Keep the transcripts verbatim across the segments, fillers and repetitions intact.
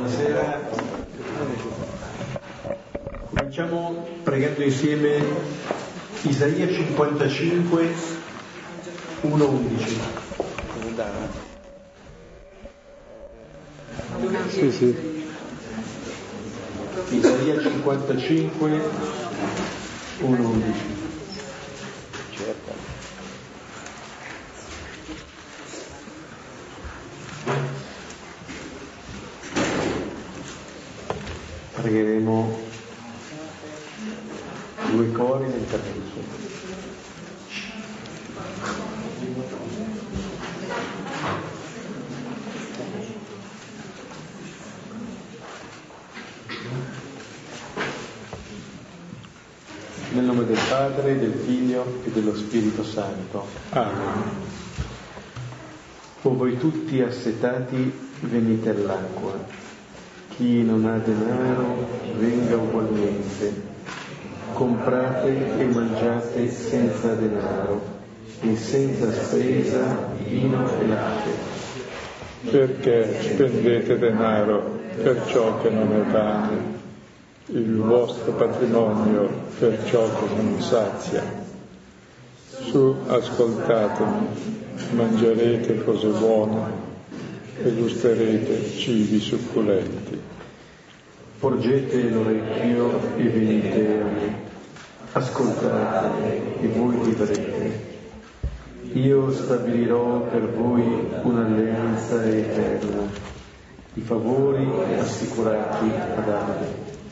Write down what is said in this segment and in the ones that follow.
Buonasera. Cominciamo pregando insieme Isaia cinquantacinque, uno undici. Sì, sì. Isaia cinquantacinque, uno undici. Certo. Pregheremo due cori nel terzo. Nel nome del Padre, del Figlio e dello Spirito Santo. Amen. O voi tutti assetati, venite all'acqua. Chi non ha denaro, venga ugualmente. Comprate e mangiate senza denaro e senza spesa vino e latte. Perché spendete denaro per ciò che non è pane, il vostro patrimonio per ciò che non sazia? Su, ascoltatemi, mangerete cose buone e gusterete cibi succulenti. Porgete l'orecchio e venite a me, ascoltate e voi vivrete. Io stabilirò per voi un'alleanza eterna, i favori assicurati ad Adamo.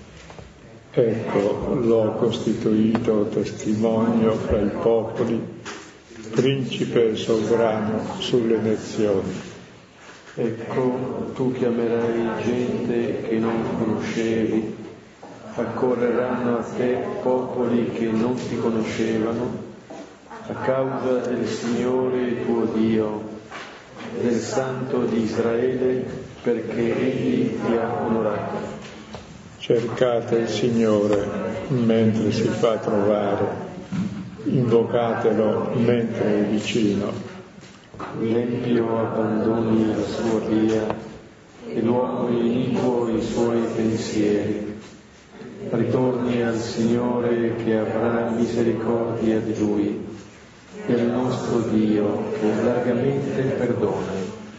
Ecco, l'ho costituito testimonio fra i popoli, principe e sovrano sulle nazioni. Ecco, tu chiamerai gente che non conoscevi, accorreranno a te popoli che non ti conoscevano, a causa del Signore tuo Dio, del Santo di Israele, perché Egli ti ha onorato. Cercate il Signore mentre si fa trovare, invocatelo mentre è vicino. L'empio abbandoni la sua via e l'uomo iniquo i suoi pensieri. Ritorni al Signore che avrà misericordia di lui e al nostro Dio che largamente perdona.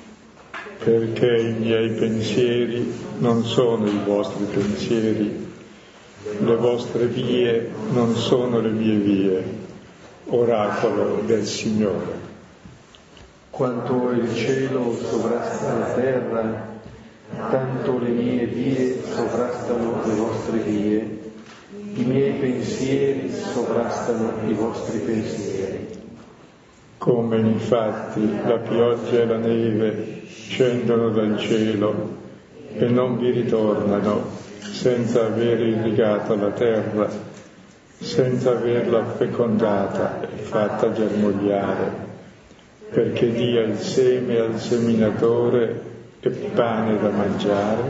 Perché i miei pensieri non sono i vostri pensieri, le vostre vie non sono le mie vie, oracolo del Signore. Quanto il cielo sovrasta la terra, tanto le mie vie sovrastano le vostre vie, i miei pensieri sovrastano i vostri pensieri. Come infatti la pioggia e la neve scendono dal cielo e non vi ritornano senza aver irrigato la terra, senza averla fecondata e fatta germogliare, perché dia il seme al seminatore e pane da mangiare.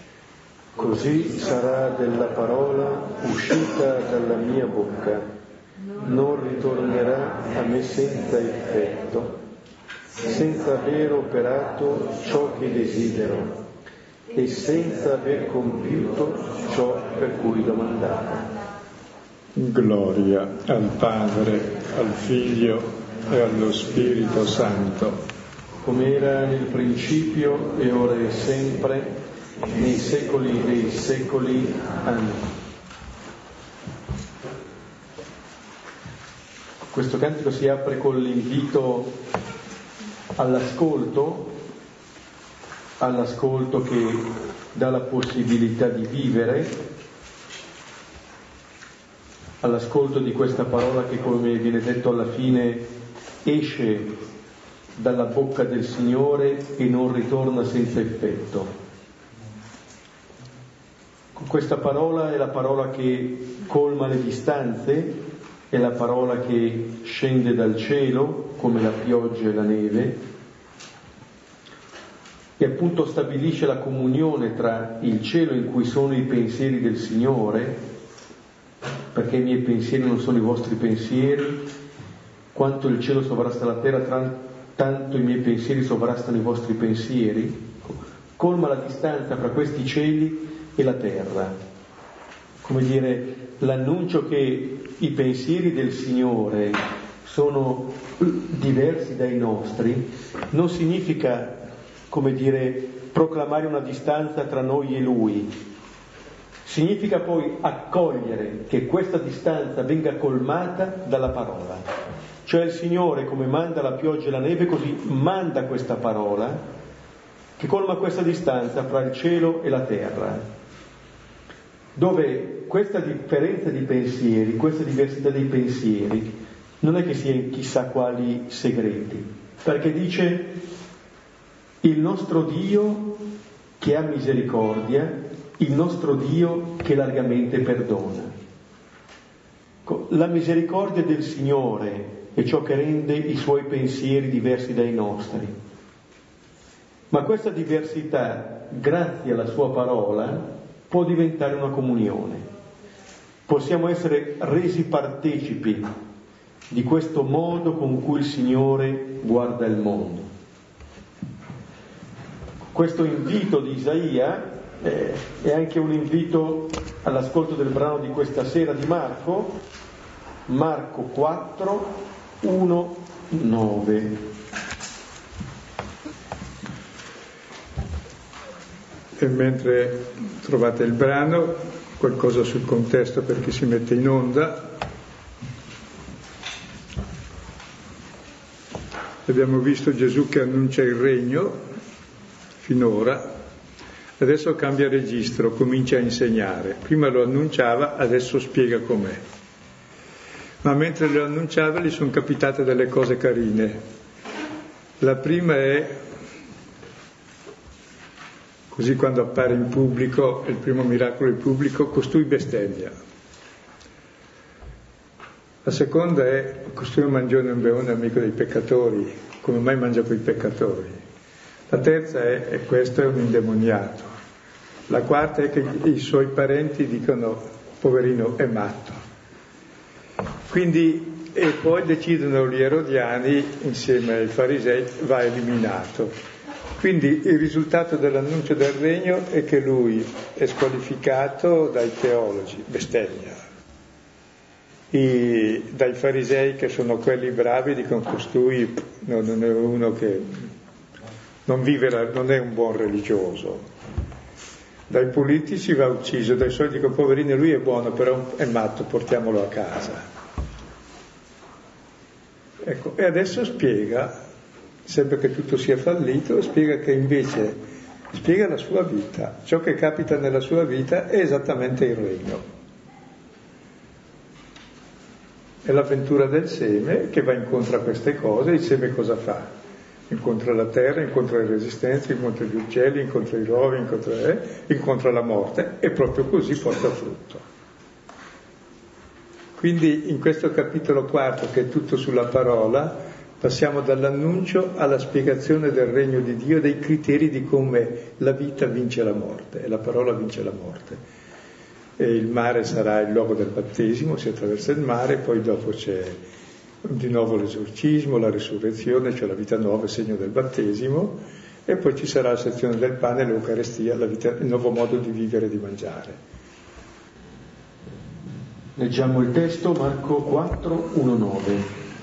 Così sarà della parola uscita dalla mia bocca, non ritornerà a me senza effetto, senza aver operato ciò che desidero e senza aver compiuto ciò per cui l'ho mandato. Gloria al Padre, al Figlio e allo Spirito Santo, come era nel principio e ora e sempre, nei secoli dei secoli. Amen. Questo cantico si apre con l'invito all'ascolto, all'ascolto che dà la possibilità di vivere, all'ascolto di questa parola che, come viene detto alla fine, esce dalla bocca del Signore e non ritorna senza effetto. Questa parola è la parola che colma le distanze, è la parola che scende dal cielo come la pioggia e la neve e appunto stabilisce la comunione tra il cielo in cui sono i pensieri del Signore, perché i miei pensieri non sono i vostri pensieri, quanto il cielo sovrasta la terra, tanto i miei pensieri sovrastano i vostri pensieri, colma la distanza fra questi cieli e la terra. Come dire, l'annuncio che i pensieri del Signore sono diversi dai nostri non significa, come dire, proclamare una distanza tra noi e Lui. Significa poi accogliere che questa distanza venga colmata dalla parola. Cioè il Signore, come manda la pioggia e la neve, così manda questa parola che colma questa distanza fra il cielo e la terra, dove questa differenza di pensieri, questa diversità dei pensieri, non è che sia in chissà quali segreti, perché dice il nostro Dio che ha misericordia, il nostro Dio che largamente perdona. La misericordia del Signore è ciò che rende i Suoi pensieri diversi dai nostri. Ma questa diversità, grazie alla Sua parola, può diventare una comunione. Possiamo essere resi partecipi di questo modo con cui il Signore guarda il mondo. Questo invito di Isaia eh, è anche un invito all'ascolto del brano di questa sera di Marco, Marco quattro, uno, nove. E mentre trovate il brano, qualcosa sul contesto per chi si mette in onda. Abbiamo visto Gesù che annuncia il regno finora, adesso cambia registro, comincia a insegnare. Prima lo annunciava, adesso spiega com'è. Ma mentre lo annunciava gli sono capitate delle cose carine. La prima è, così quando appare in pubblico, il primo miracolo in pubblico, costui bestemmia. La seconda è, costui un mangione e un beone amico dei peccatori, come mai mangia coi peccatori? La terza è, e questo è un indemoniato. La quarta è che i suoi parenti dicono, poverino, è matto. Quindi, e poi decidono gli erodiani, insieme ai farisei, va eliminato. Quindi il risultato dell'annuncio del regno è che lui è squalificato dai teologi, bestemmia. I, dai farisei, che sono quelli bravi, dicono costui no, non è uno che non vive, la, non è un buon religioso. Dai politici va ucciso, dai suoi dicono poverino, lui è buono, però è matto, portiamolo a casa. Ecco, e adesso spiega, sembra che tutto sia fallito, spiega che invece spiega la sua vita, ciò che capita nella sua vita è esattamente il regno. È l'avventura del seme che va incontro a queste cose. Il seme cosa fa? Incontra la terra, incontra le resistenze, incontra gli uccelli, incontra i rovi, incontra, eh, incontra la morte, e proprio così porta frutto. Quindi in questo capitolo quarto, che è tutto sulla parola, passiamo dall'annuncio alla spiegazione del regno di Dio, dei criteri di come la vita vince la morte, e la parola vince la morte. E il mare sarà il luogo del battesimo, si attraversa il mare, poi dopo c'è di nuovo l'esorcismo, la risurrezione, cioè la vita nuova, il segno del battesimo, e poi ci sarà la sezione del pane, l'Eucarestia, la vita, il nuovo modo di vivere e di mangiare. Leggiamo il testo, Marco quattro, uno, nove.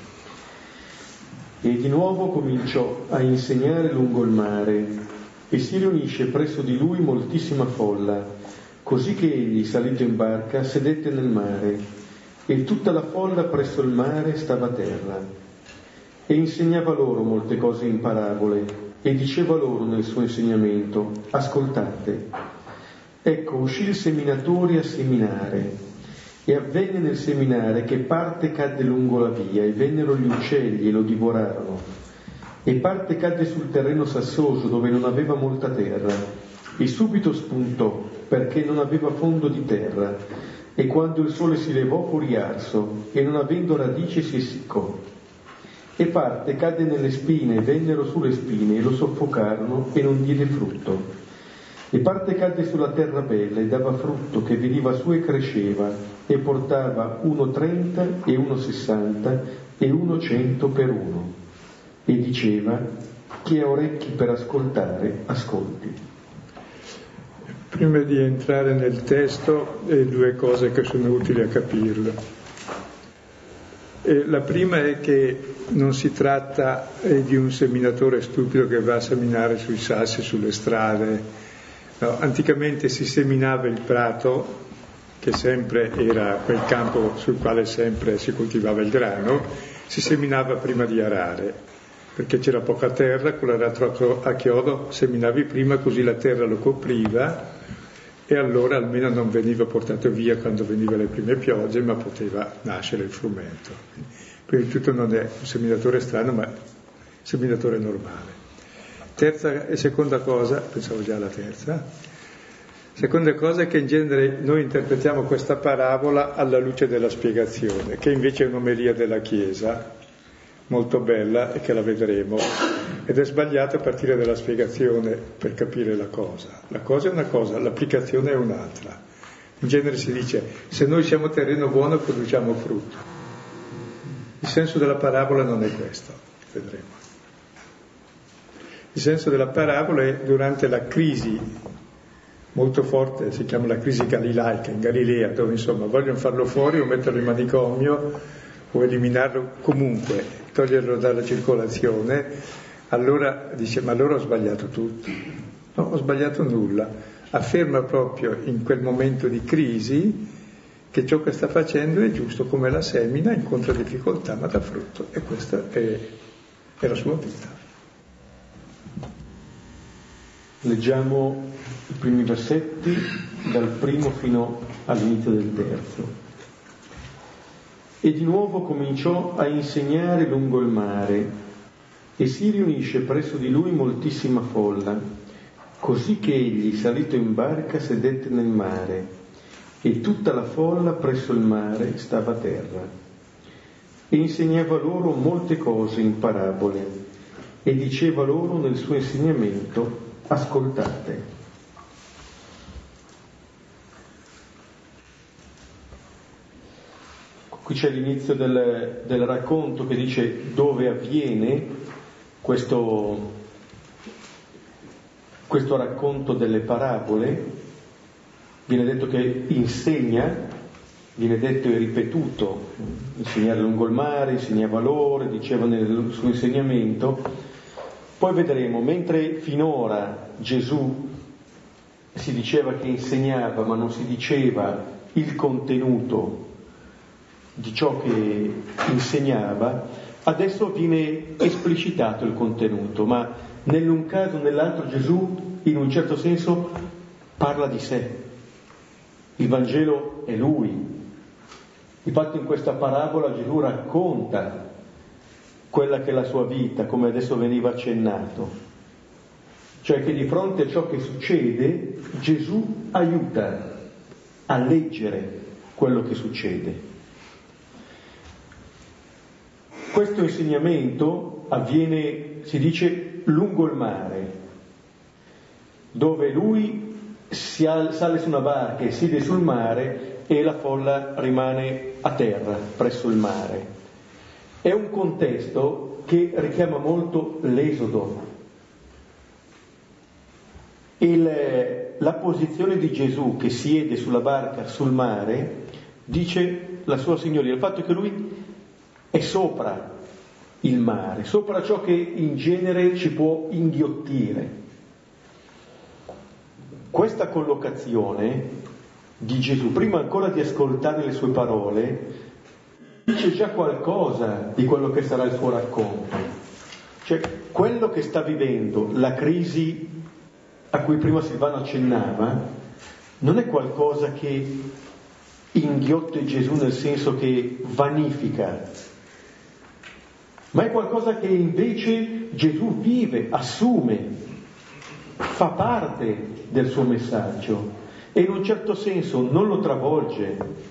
E di nuovo cominciò a insegnare lungo il mare, e si riunisce presso di lui moltissima folla, così che egli, salito in barca, sedette nel mare, e tutta la folla presso il mare stava a terra. E insegnava loro molte cose in parabole, e diceva loro nel suo insegnamento: ascoltate. Ecco, uscì il seminatore a seminare, e avvenne nel seminare che parte cadde lungo la via, e vennero gli uccelli e lo divorarono, e parte cadde sul terreno sassoso, dove non aveva molta terra, e subito spuntò, perché non aveva fondo di terra, e quando il sole si levò fu riarso, e non avendo radice si essiccò. E parte cadde nelle spine, e vennero sulle spine, e lo soffocarono, e non diede frutto. E parte cadde sulla terra bella, e dava frutto, che veniva su e cresceva, e portava uno trenta, e uno sessanta, e uno cento per uno. E diceva: chi ha orecchi per ascoltare, ascolti. Prima di entrare nel testo, eh, due cose che sono utili a capirlo. Eh, la prima è che non si tratta eh, di un seminatore stupido che va a seminare sui sassi, sulle strade. No, anticamente si seminava il prato, che sempre era quel campo sul quale sempre si coltivava il grano, si seminava prima di arare, perché c'era poca terra, con l'aratro a chiodo seminavi prima, così la terra lo copriva e allora almeno non veniva portato via quando venivano le prime piogge, ma poteva nascere il frumento. Prima di tutto non è un seminatore strano, ma un seminatore normale. Terza e seconda cosa, pensavo già alla terza, seconda cosa è che in genere noi interpretiamo questa parabola alla luce della spiegazione, che invece è un'omelia della Chiesa, molto bella e che la vedremo, ed è sbagliato partire dalla spiegazione per capire la cosa. La cosa è una cosa, l'applicazione è un'altra. In genere si dice, se noi siamo terreno buono produciamo frutto. Il senso della parabola non è questo, vedremo. Il senso della parabola è durante la crisi molto forte, si chiama la crisi galilaica in Galilea, dove insomma vogliono farlo fuori o metterlo in manicomio o eliminarlo comunque, toglierlo dalla circolazione. Allora dice, ma allora ho sbagliato tutto. No, ho sbagliato nulla. Afferma proprio in quel momento di crisi che ciò che sta facendo è giusto, come la semina incontra difficoltà ma dà frutto, e questa è, è la sua vita. Leggiamo i primi versetti dal primo fino all'inizio del terzo. E di nuovo cominciò a insegnare lungo il mare, e si riunisce presso di lui moltissima folla, così che egli, salito in barca, sedette nel mare, e tutta la folla presso il mare stava a terra. E insegnava loro molte cose in parabole, e diceva loro nel suo insegnamento: ascoltate. Qui c'è l'inizio del, del racconto che dice dove avviene questo, questo racconto delle parabole. Viene detto che insegna, viene detto e ripetuto, insegnare lungo il mare, insegnava loro, diceva nel suo insegnamento. Poi vedremo, mentre finora Gesù si diceva che insegnava, ma non si diceva il contenuto di ciò che insegnava, adesso viene esplicitato il contenuto, ma nell'un caso o nell'altro Gesù, in un certo senso, parla di sé. Il Vangelo è Lui. Infatti in questa parabola Gesù racconta quella che è la sua vita, come adesso veniva accennato, cioè che di fronte a ciò che succede Gesù aiuta a leggere quello che succede. Questo insegnamento avviene, si dice, lungo il mare, dove lui si al- sale su una barca e siede sul mare e la folla rimane a terra, presso il mare. È un contesto che richiama molto l'Esodo. Il, la posizione di Gesù che siede sulla barca sul mare dice la sua signoria, il fatto che lui è sopra il mare, sopra ciò che in genere ci può inghiottire. Questa collocazione di Gesù, prima ancora di ascoltare le sue parole, dice già qualcosa di quello che sarà il suo racconto. Cioè, quello che sta vivendo, la crisi a cui prima Silvano accennava, non è qualcosa che inghiotte Gesù nel senso che vanifica, ma è qualcosa che invece Gesù vive, assume, fa parte del suo messaggio e in un certo senso non lo travolge.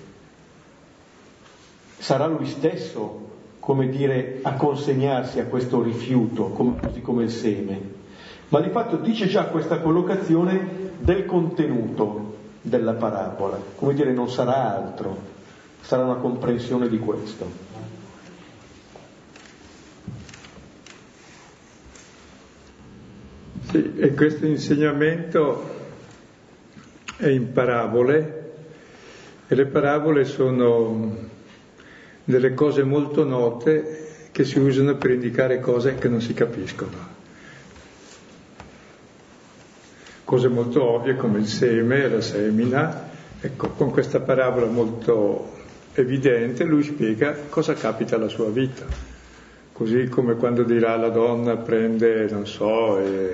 Sarà lui stesso, come dire, a consegnarsi a questo rifiuto, come, così come il seme. Ma di fatto dice già questa collocazione del contenuto della parabola, come dire, non sarà altro, sarà una comprensione di questo. Sì, e questo insegnamento è in parabole, e le parabole sono delle cose molto note che si usano per indicare cose che non si capiscono. Cose molto ovvie come il seme e la semina. Ecco, con questa parabola molto evidente lui spiega cosa capita alla sua vita. Così come quando dirà la donna prende, non so, eh,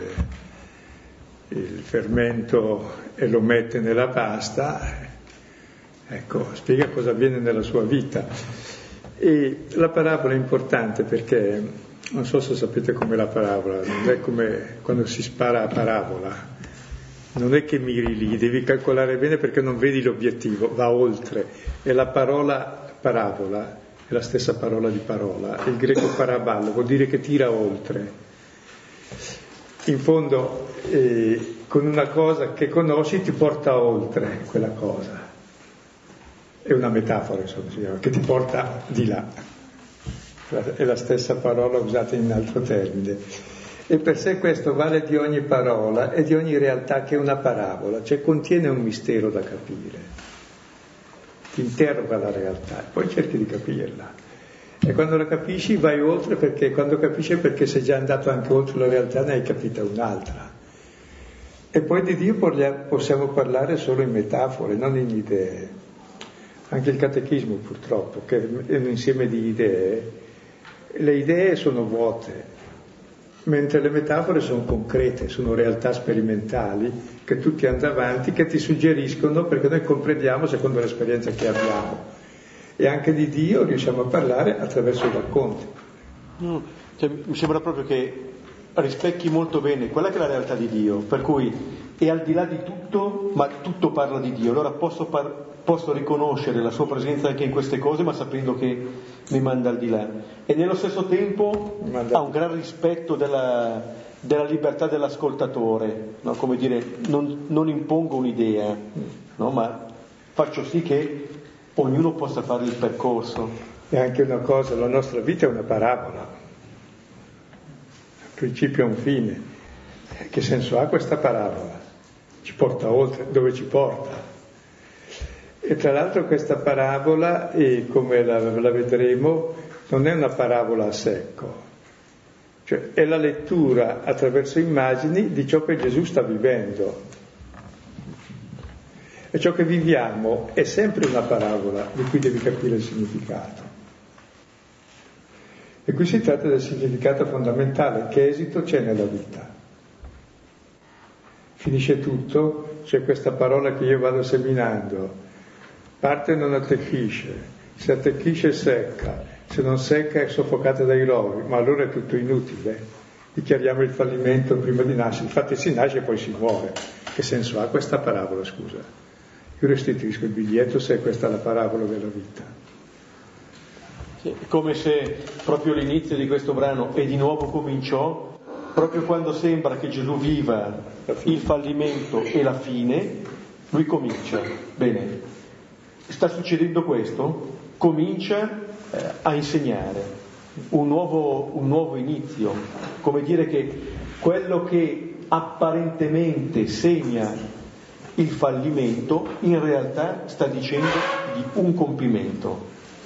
il fermento e lo mette nella pasta, ecco, spiega cosa avviene nella sua vita. E la parabola è importante perché, non so se sapete com'è la parabola, non è come quando si spara a parabola. Non è che miri lì, devi calcolare bene perché non vedi l'obiettivo, va oltre. E la parola parabola è la stessa parola di parola, il greco paraballo, vuol dire che tira oltre. In fondo, eh, con una cosa che conosci ti porta oltre quella cosa. È una metafora, insomma, si chiama, che ti porta di là. È la stessa parola usata in un altro termine. E per sé questo vale di ogni parola e di ogni realtà che è una parabola, cioè contiene un mistero da capire, ti interroga la realtà e poi cerchi di capirla. E quando la capisci vai oltre, perché quando capisci è perché sei già andato anche oltre la realtà, ne hai capita un'altra. E poi di Dio possiamo parlare solo in metafore, non in idee. Anche il catechismo purtroppo, che è un insieme di idee, le idee sono vuote, mentre le metafore sono concrete, sono realtà sperimentali che tutti andano avanti, che ti suggeriscono, perché noi comprendiamo secondo l'esperienza che abbiamo. E anche di Dio riusciamo a parlare attraverso i racconti. No, cioè, mi sembra proprio che rispecchi molto bene quella che è la realtà di Dio, per cui è al di là di tutto, ma tutto parla di Dio. Allora posso, par- posso riconoscere la sua presenza anche in queste cose, ma sapendo che mi manda al di là. E nello stesso tempo ha un gran rispetto della, della libertà dell'ascoltatore, no? Come dire, non, non impongo un'idea, no? Ma faccio sì che ognuno possa fare il percorso. E anche una cosa, la nostra vita è una parabola, un principio e un fine. Che senso ha questa parabola? Ci porta oltre, dove ci porta? E tra l'altro questa parabola, e come la, la vedremo, non è una parabola a secco, cioè è la lettura attraverso immagini di ciò che Gesù sta vivendo. E ciò che viviamo è sempre una parabola di cui devi capire il significato. E qui si tratta del significato fondamentale, che esito c'è nella vita. Finisce tutto, c'è questa parola che io vado seminando, parte e non attecchisce, se attecchisce secca, se non secca è soffocata dai rovi, ma allora è tutto inutile, dichiariamo il fallimento prima di nascere, infatti si nasce e poi si muore. Che senso ha questa parabola, scusa? Io restituisco il biglietto se questa è la parabola della vita. Sì, come se proprio l'inizio di questo brano e di nuovo cominciò, proprio quando sembra che Gesù viva il fallimento e la fine, lui comincia. Bene, sta succedendo questo? Comincia eh, a insegnare un nuovo, un nuovo inizio, come dire che quello che apparentemente segna il fallimento in realtà sta dicendo di un compimento.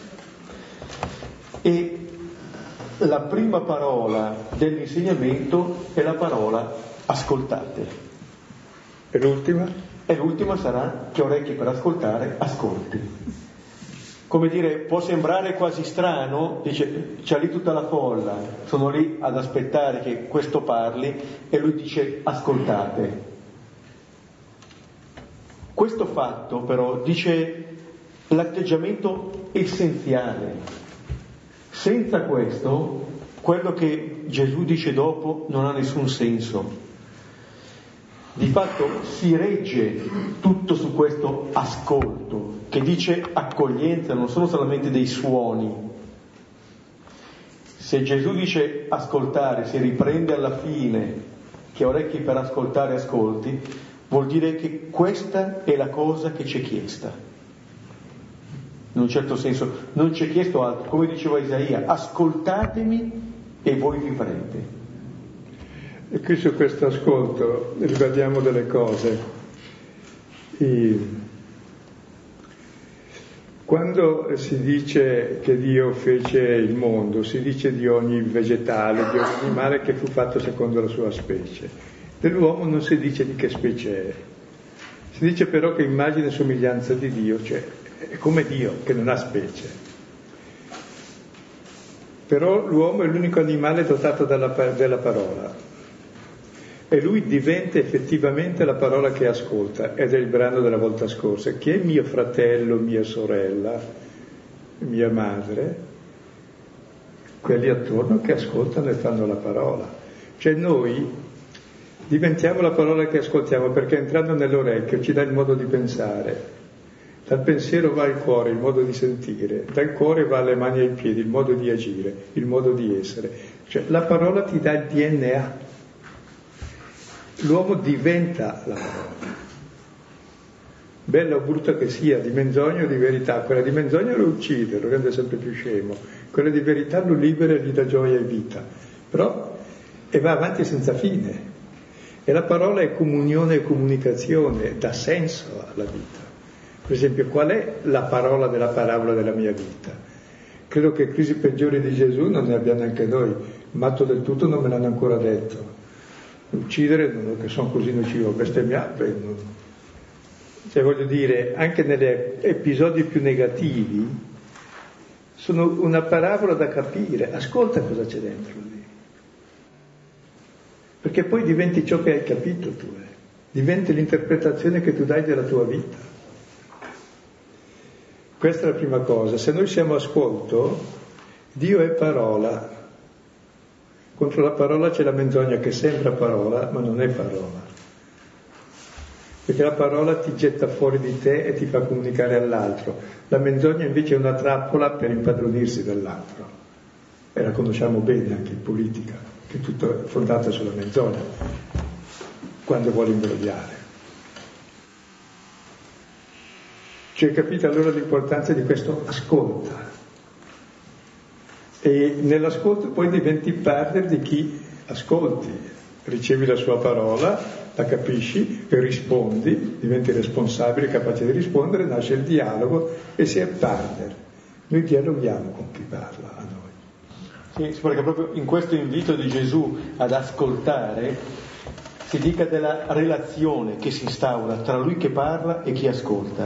E la prima parola dell'insegnamento è la parola ascoltate. E l'ultima? E l'ultima sarà che orecchi per ascoltare, ascolti. Come dire, può sembrare quasi strano, dice, c'è lì tutta la folla, sono lì ad aspettare che questo parli e lui dice ascoltate. Questo fatto però dice l'atteggiamento essenziale. Senza questo, quello che Gesù dice dopo non ha nessun senso. Di fatto si regge tutto su questo ascolto, che dice accoglienza, non sono solamente dei suoni. Se Gesù dice ascoltare, si riprende alla fine, che orecchi per ascoltare ascolti, vuol dire che questa è la cosa che ci è chiesta. In un certo senso, non ci è chiesto altro, come diceva Isaia, ascoltatemi e voi vivrete. E qui su questo ascolto ribadiamo delle cose. E quando si dice che Dio fece il mondo, si dice di ogni vegetale, di ogni animale che fu fatto secondo la sua specie. Dell'uomo non si dice di che specie è. Si dice però che immagine e somiglianza di Dio, cioè è come Dio, che non ha specie. Però l'uomo è l'unico animale dotato dalla, della parola. E lui diventa effettivamente la parola che ascolta, ed è il brano della volta scorsa. Chi è mio fratello, mia sorella, mia madre? Quelli attorno che ascoltano e fanno la parola. Cioè noi diventiamo la parola che ascoltiamo, perché entrando nell'orecchio ci dà il modo di pensare. Dal pensiero va al cuore, il modo di sentire, dal cuore va alle mani e ai piedi, il modo di agire, il modo di essere. Cioè la parola ti dà il D N A. L'uomo diventa la parola, bella o brutta che sia, di menzogna o di verità. Quella di menzogna lo uccide, lo rende sempre più scemo, quella di verità lo libera e gli dà gioia e vita, però e va avanti senza fine. E la parola è comunione e comunicazione, dà senso alla vita. Per esempio, qual è la parola della parabola della mia vita? Credo che crisi peggiori di Gesù non ne abbiamo neanche noi, matto del tutto non me l'hanno ancora detto. Uccidere, non che sono così nocivo, bestemmiare, non... cioè voglio dire, anche negli episodi più negativi sono una parabola da capire. Ascolta cosa c'è dentro lì, perché poi diventi ciò che hai capito tu, eh. Diventi l'interpretazione che tu dai della tua vita. Questa è la prima cosa. Se noi siamo ascolto, Dio è parola. Contro la parola c'è la menzogna che sembra parola, ma non è parola. Perché la parola ti getta fuori di te e ti fa comunicare all'altro. La menzogna invece è una trappola per impadronirsi dell'altro. E la conosciamo bene anche in politica, che è tutto fondato sulla menzogna, quando vuole imbrogliare. Cioè, capite allora l'importanza di questo ascolta. E nell'ascolto poi diventi partner di chi ascolti, ricevi la sua parola, la capisci e rispondi, diventi responsabile, capace di rispondere, nasce il dialogo e si è partner. Noi dialoghiamo con chi parla a noi. Sì, perché proprio in questo invito di Gesù ad ascoltare si dica della relazione che si instaura tra lui che parla e chi ascolta.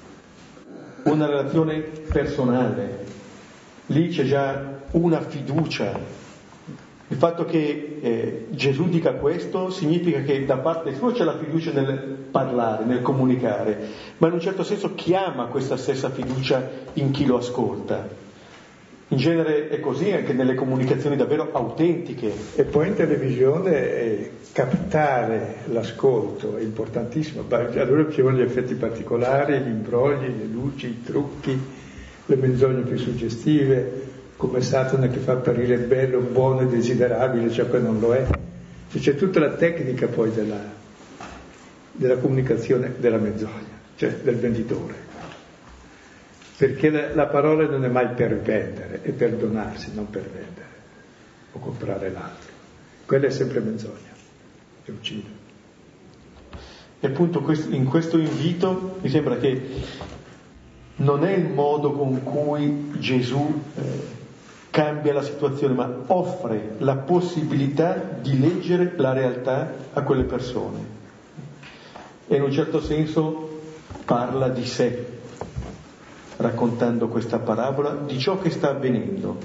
Una relazione personale. Lì c'è già una fiducia. Il fatto che eh, Gesù dica questo significa che da parte sua c'è la fiducia nel parlare, nel comunicare, ma in un certo senso chiama questa stessa fiducia in chi lo ascolta. In genere è così anche nelle comunicazioni davvero autentiche. E poi in televisione eh, captare l'ascolto è importantissimo. Allora ci vogliono gli effetti particolari, gli imbrogli, le luci, i trucchi, le menzogne più suggestive, come Satana che fa apparire bello, buono e desiderabile ciò che non lo è. Cioè, c'è tutta la tecnica poi della, della comunicazione della menzogna, cioè del venditore. Perché la, la parola non è mai per vendere, è per donarsi, non per vendere o comprare l'altro. Quella è sempre menzogna, e uccide. E appunto in questo invito mi sembra che non è il modo con cui Gesù eh, cambia la situazione, ma offre la possibilità di leggere la realtà a quelle persone. E in un certo senso parla di sé, raccontando questa parabola, di ciò che sta avvenendo.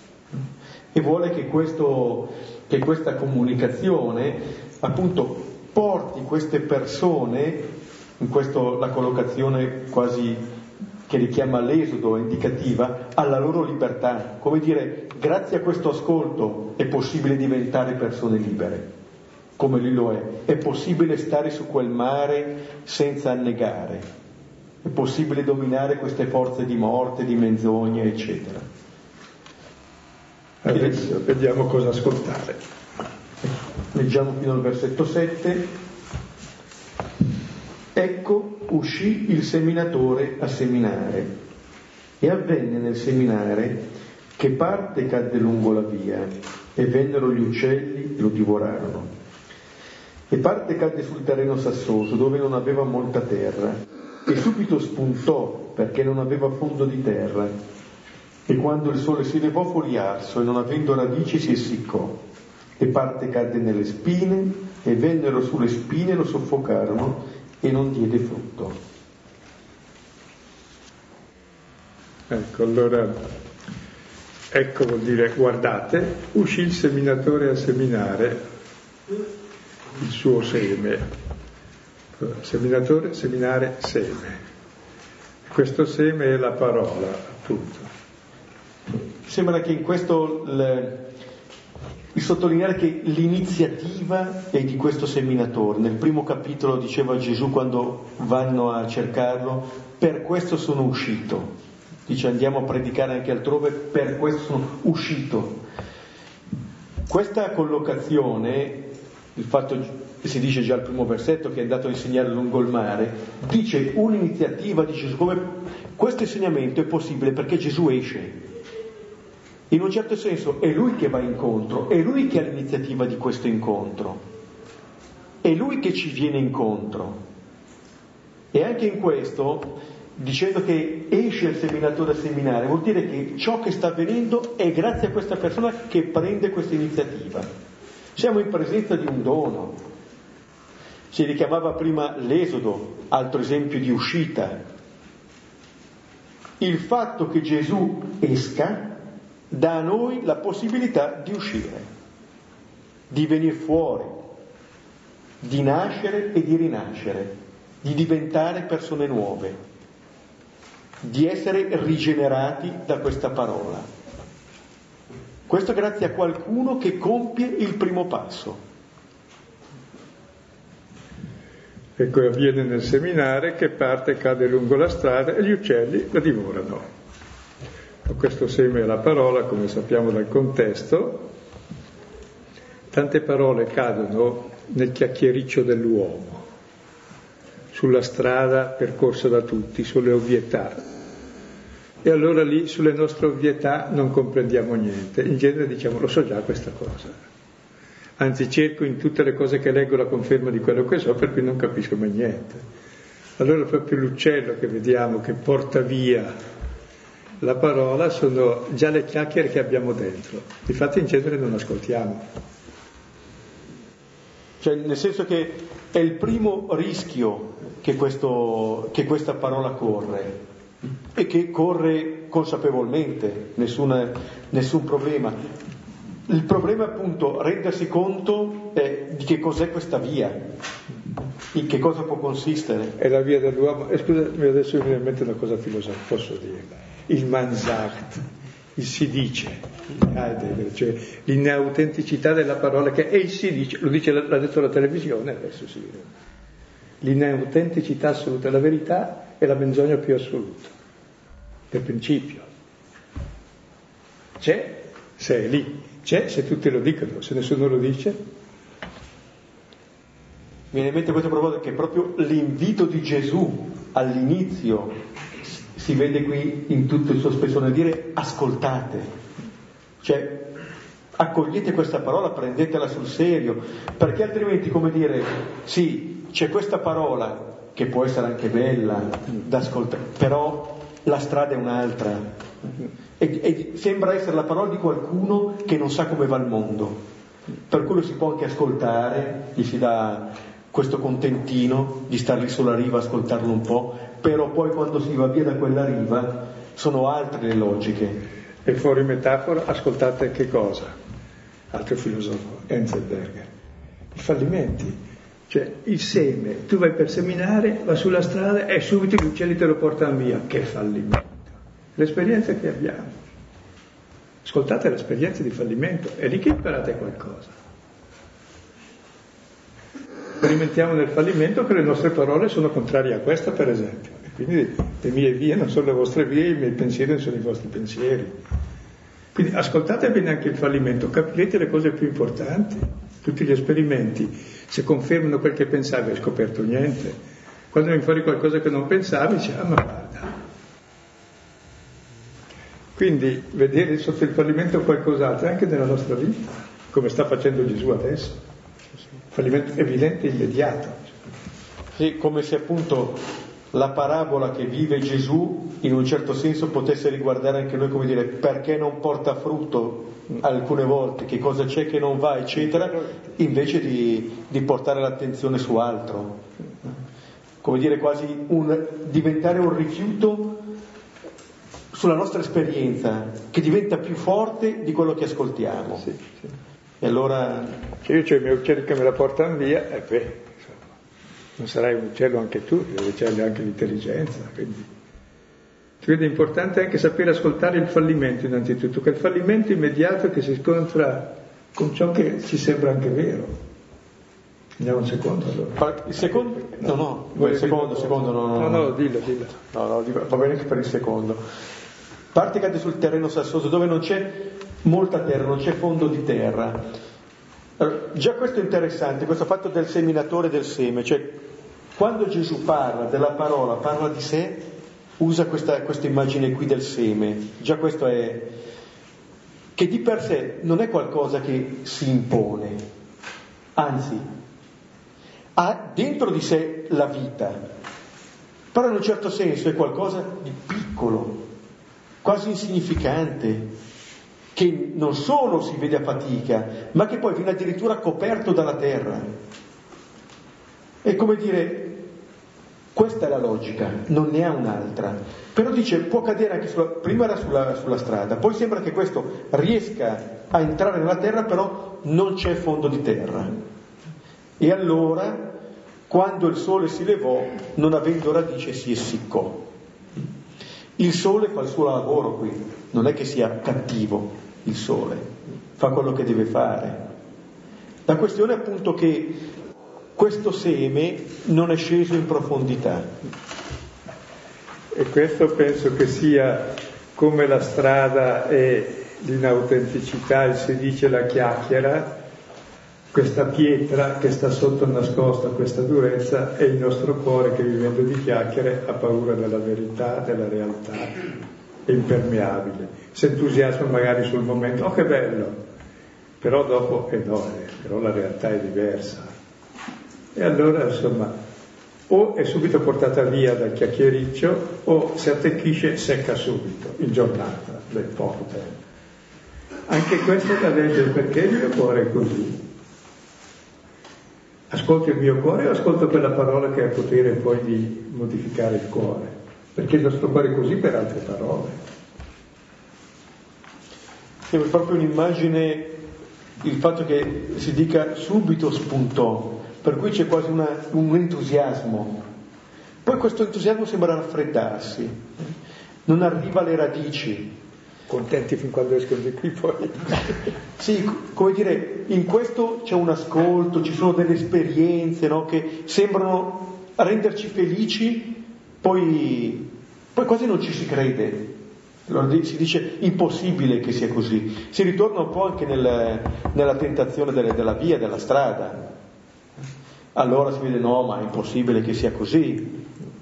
E vuole che, questo, che questa comunicazione appunto porti queste persone, in questo la collocazione quasi che richiama l'esodo, indicativa, alla loro libertà. Come dire, grazie a questo ascolto è possibile diventare persone libere, come lui lo è. È possibile stare su quel mare senza annegare. È possibile dominare queste forze di morte, di menzogna, eccetera. Adesso vediamo cosa ascoltare. Leggiamo fino al versetto sette. Ecco, uscì il seminatore a seminare, e avvenne nel seminare che parte cadde lungo la via, e vennero gli uccelli e lo divorarono. e parte cadde sul terreno sassoso dove non aveva molta terra e subito spuntò perché non aveva fondo di terra, e quando il sole si levò fu riarso e non avendo radici si essiccò, e parte cadde nelle spine e vennero sulle spine e lo soffocarono e non diede frutto. Ecco, allora, ecco vuol dire, guardate, uscì il seminatore a seminare il suo seme. Seminatore, seminare, seme. Questo seme è la parola, appunto. Sembra che in questo il, il sottolineare che l'iniziativa è di questo seminatore. Nel primo capitolo diceva Gesù quando vanno a cercarlo: per questo sono uscito. Dice andiamo a predicare anche altrove, per questo sono uscito. Questa collocazione, il fatto si dice già al primo versetto che è andato a insegnare lungo il mare, dice un'iniziativa di Gesù, come questo insegnamento è possibile perché Gesù esce. In un certo senso è lui che va incontro, è lui che ha l'iniziativa di questo incontro, è lui che ci viene incontro. E anche in questo, dicendo che esce il seminatore a seminare, vuol dire che ciò che sta avvenendo è grazie a questa persona che prende questa iniziativa. Siamo in presenza di un dono. Si richiamava prima l'Esodo, altro esempio di uscita. Il fatto che Gesù esca dà a noi la possibilità di uscire, di venire fuori, di nascere e di rinascere, di diventare persone nuove, di essere rigenerati da questa parola. Questo grazie a qualcuno che compie il primo passo. Ecco, avviene nel seminare che parte, cade lungo la strada e gli uccelli la divorano. Questo seme è la parola, come sappiamo dal contesto. Tante parole cadono nel chiacchiericcio dell'uomo, sulla strada percorsa da tutti, sulle ovvietà. E allora lì, sulle nostre ovvietà, non comprendiamo niente. In genere diciamo, lo so già questa cosa. Anzi, cerco in tutte le cose che leggo la conferma di quello che so, per cui non capisco mai niente. Allora proprio l'uccello che vediamo, che porta via la parola, sono già le chiacchiere che abbiamo dentro. Difatti in genere non ascoltiamo. Cioè, nel senso che è il primo rischio che, questo, che questa parola corre, e che corre consapevolmente, nessuna, nessun problema. Il problema è appunto rendersi conto eh, di che cos'è questa via, in che cosa può consistere. È la via dell'uomo. E scusami, adesso mi viene in mente una cosa filosofica, posso dire? Il man sagt, il si dice, cioè l'inautenticità della parola che è il si dice, lo dice, l'ha detto la televisione, adesso si vede. L'inautenticità assoluta, la verità è la menzogna più assoluta, per principio. C'è se è lì. C'è se tutti lo dicono, se nessuno lo dice. Mi viene in mente questo proposito che proprio l'invito di Gesù all'inizio si vede qui in tutto il suo spessore, dire ascoltate, cioè accogliete questa parola, prendetela sul serio, perché altrimenti, come dire, sì, c'è questa parola che può essere anche bella da ascoltare, però la strada è un'altra. E, e sembra essere la parola di qualcuno che non sa come va il mondo, per cui lo si può anche ascoltare, gli si dà questo contentino di star lì sulla riva, ascoltarlo un po', però poi quando si va via da quella riva sono altre le logiche. E fuori metafora, ascoltate che cosa? Altro filosofo, Enzensberger, i fallimenti. Cioè il seme, tu vai per seminare, va sulla strada e subito gli uccelli te lo portano via. Che fallimento! L'esperienza che abbiamo. Ascoltate l'esperienza di fallimento, è lì che imparate qualcosa. Sperimentiamo nel fallimento che le nostre parole sono contrarie a questa, per esempio. E quindi le mie vie non sono le vostre vie, i miei pensieri non sono i vostri pensieri. Quindi ascoltate bene anche il fallimento, capirete le cose più importanti. Tutti gli esperimenti, se confermano quel che pensavi, hai scoperto niente. Quando viene fuori qualcosa che non pensavi, dici, ah ma guarda. Quindi vedere sotto il fallimento qualcos'altro anche nella nostra vita, come sta facendo Gesù adesso. fallimento evidente e immediato. Sì, come se appunto la parabola che vive Gesù in un certo senso potesse riguardare anche noi, come dire, perché non porta frutto alcune volte, che cosa c'è che non va, eccetera, invece di, di portare l'attenzione su altro. Come dire, quasi un, diventare un rifiuto sulla nostra esperienza, che diventa più forte di quello che ascoltiamo. Sì, sì. E allora... Cioè io c'ho i miei uccelli che me la portano via, e beh, insomma, non sarai un uccello anche tu, gli uccelli hanno anche l'intelligenza, quindi... Quindi è importante anche sapere ascoltare il fallimento innanzitutto, che il fallimento immediato che si scontra con ciò che ci sembra anche vero. Andiamo un secondo allora. Il secondo? No, no, il secondo, secondo, no, no, no, no, dillo, dillo. No, no, va bene anche per il secondo. Parte cade sul terreno sassoso dove non c'è molta terra, non c'è fondo di terra. Allora, già questo è interessante, questo fatto del seminatore del seme, cioè quando Gesù parla della parola, parla di sé, usa questa, questa immagine qui del seme. Già questo è che di per sé non è qualcosa che si impone, anzi ha dentro di sé la vita, però in un certo senso è qualcosa di piccolo, quasi insignificante, che non solo si vede a fatica, ma che poi viene addirittura coperto dalla terra. È come dire, questa è la logica, non ne ha un'altra. Però dice, può cadere anche sulla, prima era sulla, sulla strada, poi sembra che questo riesca a entrare nella terra, però non c'è fondo di terra. E allora, quando il sole si levò, non avendo radice, si essiccò. Il sole fa il suo lavoro qui, non è che sia cattivo il sole, fa quello che deve fare. La questione è appunto che questo seme non è sceso in profondità. E questo penso che sia come la strada è l'inautenticità, il si dice la chiacchiera, questa pietra che sta sotto nascosta, questa durezza, è il nostro cuore che vivendo di chiacchiere ha paura della verità, della realtà, è impermeabile. Si entusiasma magari sul momento, oh che bello, però dopo, eh no, eh, però la realtà è diversa. E allora, insomma, o è subito portata via dal chiacchiericcio o si attecchisce e secca subito, in giornata, beh, poco tempo. Anche questo da leggere, perché il mio cuore è così. Ascolto il mio cuore o ascolto quella parola che ha potere poi di modificare il cuore? Perché il nostro cuore è così per altre parole. Sembra proprio un'immagine, il fatto che si dica subito spuntò, per cui c'è quasi una, un entusiasmo. Poi questo entusiasmo sembra raffreddarsi, non arriva alle radici. Contenti fin quando escono di qui poi. Sì, come dire, in questo c'è un ascolto, ci sono delle esperienze, no, che sembrano renderci felici, poi, poi quasi non ci si crede. Allora si dice impossibile che sia così. Si ritorna un po' anche nel, nella tentazione delle, della via, della strada. Allora si vede no, ma è impossibile che sia così.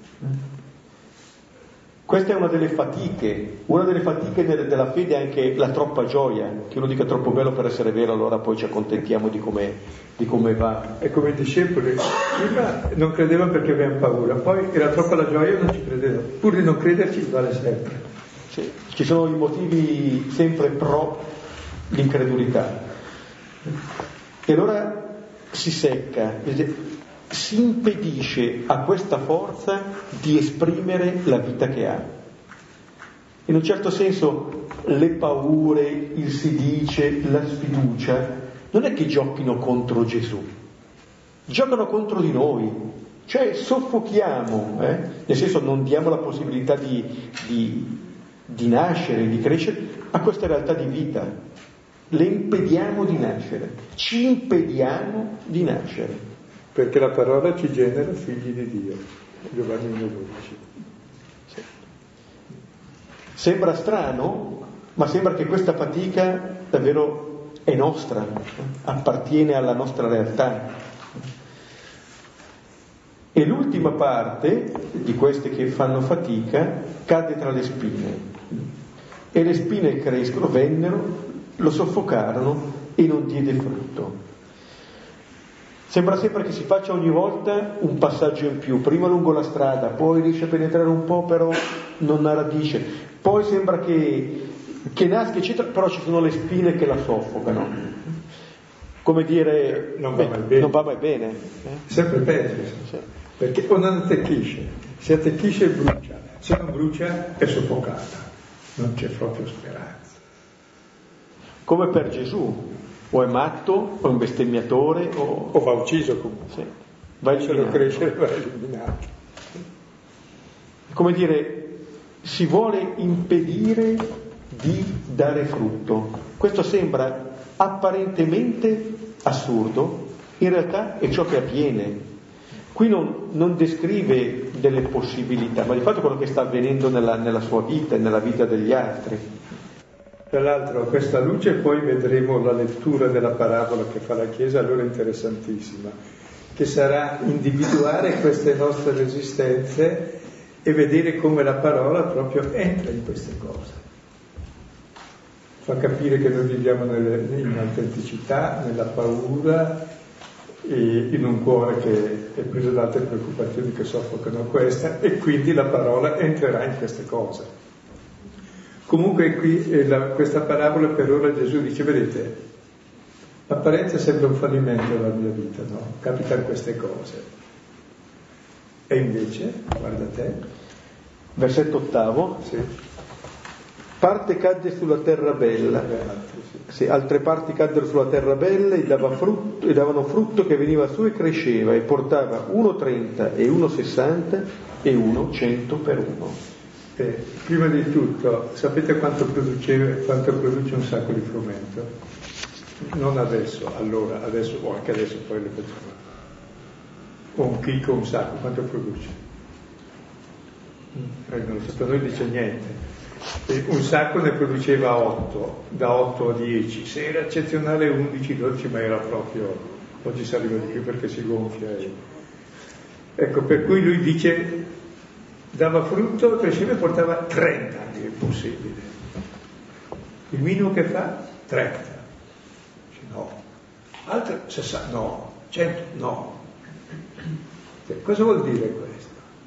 Questa è una delle fatiche, una delle fatiche delle, della fede è anche la troppa gioia, che uno dica troppo bello per essere vero, allora poi ci accontentiamo di come, di come va. E come i discepoli, prima non credevano perché avevano paura, poi era troppa la gioia e non ci credevano, pur di non crederci vale sempre. Sì, ci sono i motivi sempre pro l'incredulità. E allora si secca, si impedisce a questa forza di esprimere la vita che ha. In un certo senso le paure, il si dice, la sfiducia, non è che giochino contro Gesù, giocano contro di noi, cioè soffochiamo, eh? Nel senso non diamo la possibilità di, di, di nascere, di crescere a questa realtà di vita, le impediamo di nascere, ci impediamo di nascere. Perché la parola ci genera figli di Dio. Giovanni uno dodici. Sì. Sembra strano, ma sembra che questa fatica davvero è nostra, appartiene alla nostra realtà. E l'ultima parte di queste che fanno fatica cade tra le spine. E le spine crescono, vennero, lo soffocarono e non diede frutto. Sembra sempre che si faccia ogni volta un passaggio in più, prima lungo la strada, poi riesce a penetrare un po', però non ha radice, poi sembra che, che nasca, eccetera, però ci sono le spine che la soffocano. Come dire, non va beh, mai bene. Non va mai bene. Eh? Sempre peggio, Sì. perché o non attecchisce, se attecchisce brucia, se non brucia è soffocata, non c'è proprio speranza. Come per Gesù. O è matto, o è un bestemmiatore, o, o va ucciso comunque. Sì, va eliminato. Crescere, va eliminato. Come dire, si vuole impedire di dare frutto. Questo sembra apparentemente assurdo, in realtà è ciò che avviene. Qui non, non descrive delle possibilità, ma di fatto quello che sta avvenendo nella, nella sua vita e nella vita degli altri. Tra l'altro a questa luce poi vedremo la lettura della parabola che fa la Chiesa, allora interessantissima, che sarà individuare queste nostre resistenze e vedere come la parola proprio entra in queste cose. Fa capire che noi viviamo nelle, in autenticità, nella paura, e in un cuore che è preso da altre preoccupazioni che soffocano questa, e quindi la parola entrerà in queste cose. Comunque qui eh, la, questa parabola per ora Gesù dice, vedete, l'apparenza sembra un fallimento della mia vita, no? Capitano queste cose. E invece, guarda te. Versetto ottavo. Sì. Parte cadde sulla terra bella. Sì, altre parti caddero sulla terra bella e, dava frutto, e davano frutto che veniva su e cresceva e portava uno trenta e uno sessanta e uno cento per uno. Eh, prima di tutto, sapete quanto produce, quanto produce un sacco di frumento? Non adesso, allora, adesso o anche adesso poi le facciamo. O un chicco, un sacco, quanto produce? Eh, non lo so, per noi dice niente. E un sacco ne produceva otto, da otto a dieci, se era eccezionale undici, dodici, ma era proprio, oggi si arriva di più perché si gonfia. E... Ecco, per cui lui dice, dava frutto, cresceva e portava trenta, è impossibile. Il minimo che fa? trenta. No. Altre sessanta, no. cento, no. Cioè, cosa vuol dire questo?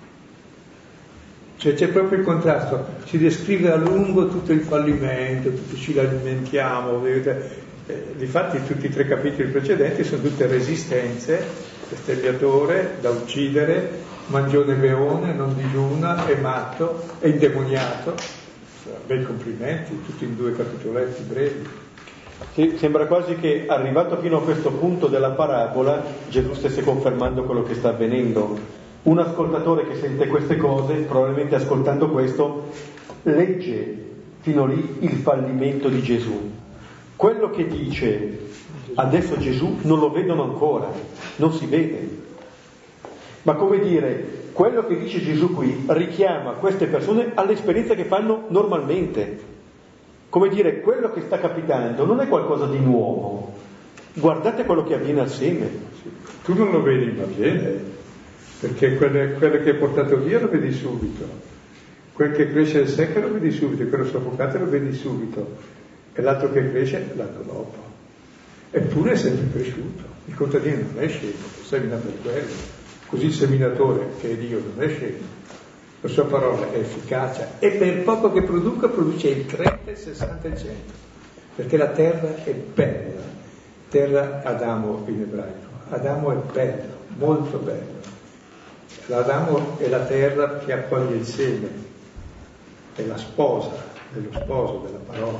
Cioè c'è proprio il contrasto, si descrive a lungo tutto il fallimento, tutto ci lamentiamo, vedete? Eh, difatti tutti i tre capitoli precedenti sono tutte resistenze, bestemmiatore, da uccidere, mangione beone, non digiuna, è matto, è indemoniato. Bei complimenti, tutti in due capitoletti brevi. Sì, sembra quasi che arrivato fino a questo punto della parabola Gesù stesse confermando quello che sta avvenendo. Un ascoltatore che sente queste cose, probabilmente ascoltando questo, legge fino lì il fallimento di Gesù. Quello che dice adesso Gesù non lo vedono ancora, non si vede. Ma come dire, quello che dice Gesù qui richiama queste persone all'esperienza che fanno normalmente. Come dire, quello che sta capitando non è qualcosa di nuovo. Guardate quello che avviene al seme. Tu non lo vedi, ma avviene. Perché quello, quello che è portato via lo vedi subito, quel che cresce al secco lo vedi subito, quello soffocato lo vedi subito, e l'altro che cresce l'anno dopo. Eppure è sempre cresciuto. Il contadino non è scemo, semina per quello. Così il seminatore, che è Dio, non è scemo. La sua parola è efficace e per poco che produca produce il trenta, il sessanta e il cento. Perché la terra è bella. Terra Adamo in ebraico. Adamo è bello, molto bello. L'Adamo è la terra che accoglie il seme, è la sposa dello sposo, della parola.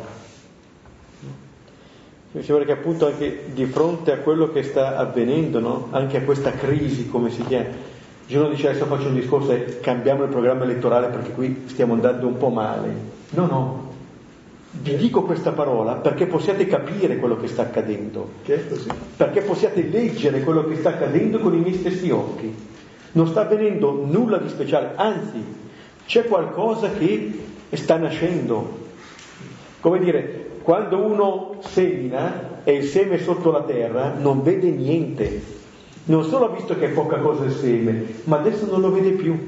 Mi sembra che appunto anche di fronte a quello che sta avvenendo, no? Anche a questa crisi, come si chiama, Gesù non dice adesso faccio un discorso e cambiamo il programma elettorale perché qui stiamo andando un po' male. No, no, vi dico questa parola perché possiate capire quello che sta accadendo, Che è così. perché possiate leggere quello che sta accadendo con i miei stessi occhi. Non sta avvenendo nulla di speciale, anzi c'è qualcosa che sta nascendo. Come dire, quando uno semina e il seme è sotto la terra non vede niente, non solo ha visto che è poca cosa il seme, ma adesso non lo vede più.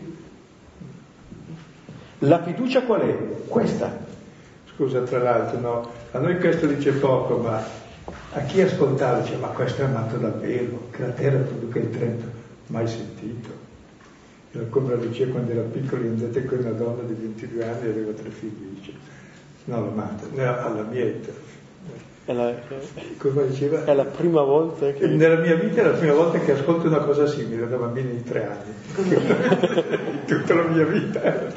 La fiducia qual è? Questa. Scusa, tra l'altro, no, a noi questo dice poco, ma A chi ascoltava diceva, ma questo è amato davvero, che la terra produca il Trento, mai sentito. Era come la Lucia quando era piccola, è andata con una donna di ventidue anni e aveva tre figli, dice, no, l'amata, alla mia età. È la, Come diceva? È la prima volta che... Nella mia vita è la prima volta che ascolto una cosa simile da bambini di tre anni. In tutta la mia vita.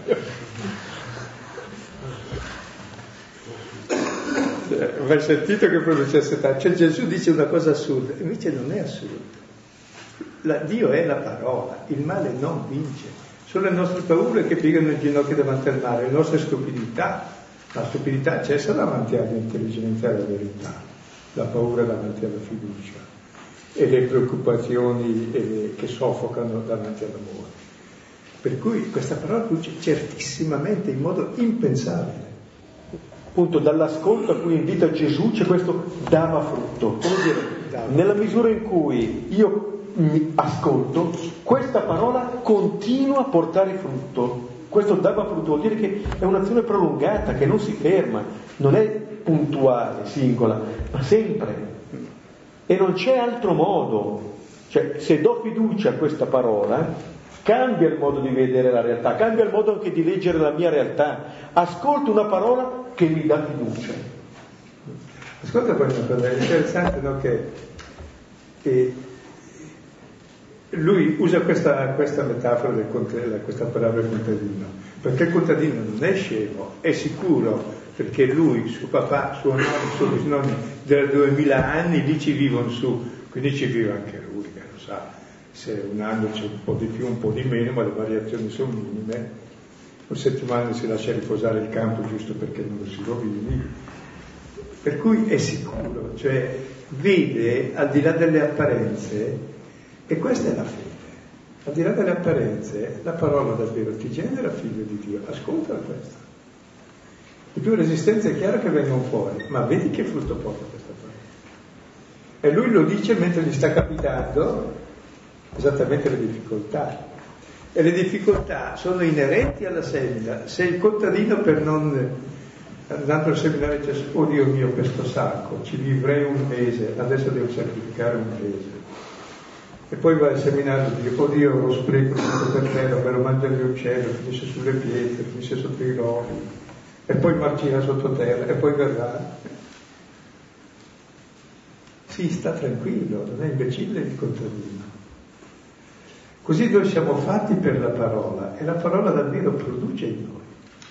Vai sentito che producesse tanto. Cioè Gesù dice una cosa assurda, invece non è assurda. La, Dio è la parola, il male non vince. Sono le nostre paure che piegano il ginocchio davanti al mare, le nostre stupidità. La stupidità cessa davanti all'intelligenza e alla verità, la paura davanti alla fiducia e le preoccupazioni e le, che soffocano davanti all'amore. Per cui questa parola produce certissimamente in modo impensabile. Appunto dall'ascolto a cui invita Gesù c'è questo dava frutto. Come dire, dava. Nella misura in cui io mi ascolto, questa parola continua a portare frutto. Questo dava frutto vuol dire che è un'azione prolungata, che non si ferma, non è puntuale, singola, ma sempre. E non c'è altro modo. Cioè, se do fiducia a questa parola, cambia il modo di vedere la realtà, cambia il modo anche di leggere la mia realtà. Ascolto una parola che mi dà fiducia. Ascolta poi una cosa, è interessante, no, che, che lui usa questa, questa metafora del contadino, questa parola del contadino, perché il contadino non è scemo, è sicuro, perché lui, suo papà, suo nonno, suo bisnonno, da duemila anni lì ci vivono su, quindi ci vive anche lui, che lo sa, se un anno c'è un po' di più, un po' di meno, ma le variazioni sono minime, una settimana si lascia riposare il campo giusto perché non lo si rovini, per cui è sicuro, cioè vede al di là delle apparenze. E questa è la fede. Al di là delle apparenze, la parola davvero ti genera, figlio di Dio. Ascolta questa. Le tue resistenze è chiaro che vengono fuori, ma vedi che frutto porta questa parola. E lui lo dice mentre gli sta capitando esattamente le difficoltà. E le difficoltà sono inerenti alla semina. Se il contadino per non, andando al seminario, dice, oh Dio mio, questo sacco, ci vivrei un mese, adesso devo sacrificare un mese. E poi va al seminario e dice, oh Dio, lo spreco tutto per terra, me lo mangia gli uccelli, finisce sulle pietre, finisce sotto i rovi, e poi marcirà sottoterra, e poi verrà. Sì, sta tranquillo, non è imbecille il contadino. Così noi siamo fatti per la parola, e la parola davvero produce in noi.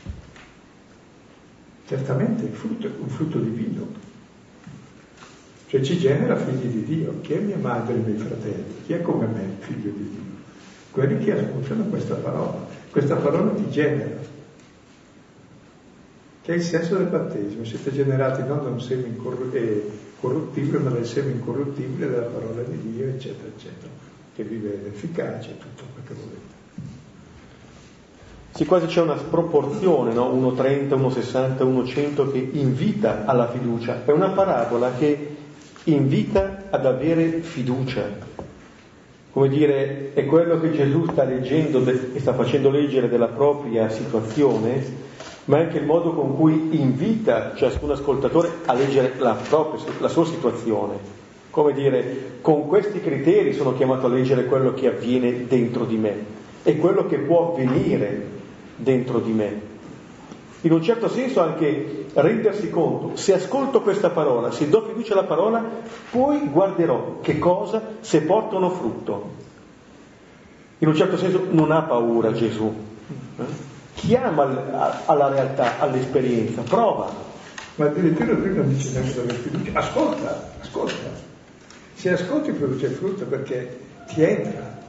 Certamente il frutto è un frutto divino. Cioè ci genera figli di Dio. Chi è mia madre e i miei fratelli? Chi è come me, figlio di Dio? Quelli che ascoltano questa parola. Questa parola ti genera. Che è il senso del battesimo. Siete generati non da un seme corruttibile, ma dal seme incorruttibile della parola di Dio, eccetera, eccetera. Che vive l'efficacia, tutto quel che volete. Sì, quasi c'è una sproporzione, no? uno trenta, uno sessanta, uno cento che invita alla fiducia. È una parabola che invita ad avere fiducia. Come dire, è quello che Gesù sta leggendo de- e sta facendo leggere della propria situazione, ma anche il modo con cui invita ciascun ascoltatore a leggere la propria, la sua situazione. Come dire, con questi criteri sono chiamato a leggere quello che avviene dentro di me e quello che può avvenire dentro di me. In un certo senso anche rendersi conto, se ascolto questa parola, se do fiducia alla parola, poi guarderò che cosa, se portano frutto. In un certo senso non ha paura Gesù, eh? Chiama alla realtà, all'esperienza, prova. Ma addirittura lui non dice neanche dove fiducia, ascolta, ascolta. Se ascolti produce il frutto perché ti entra.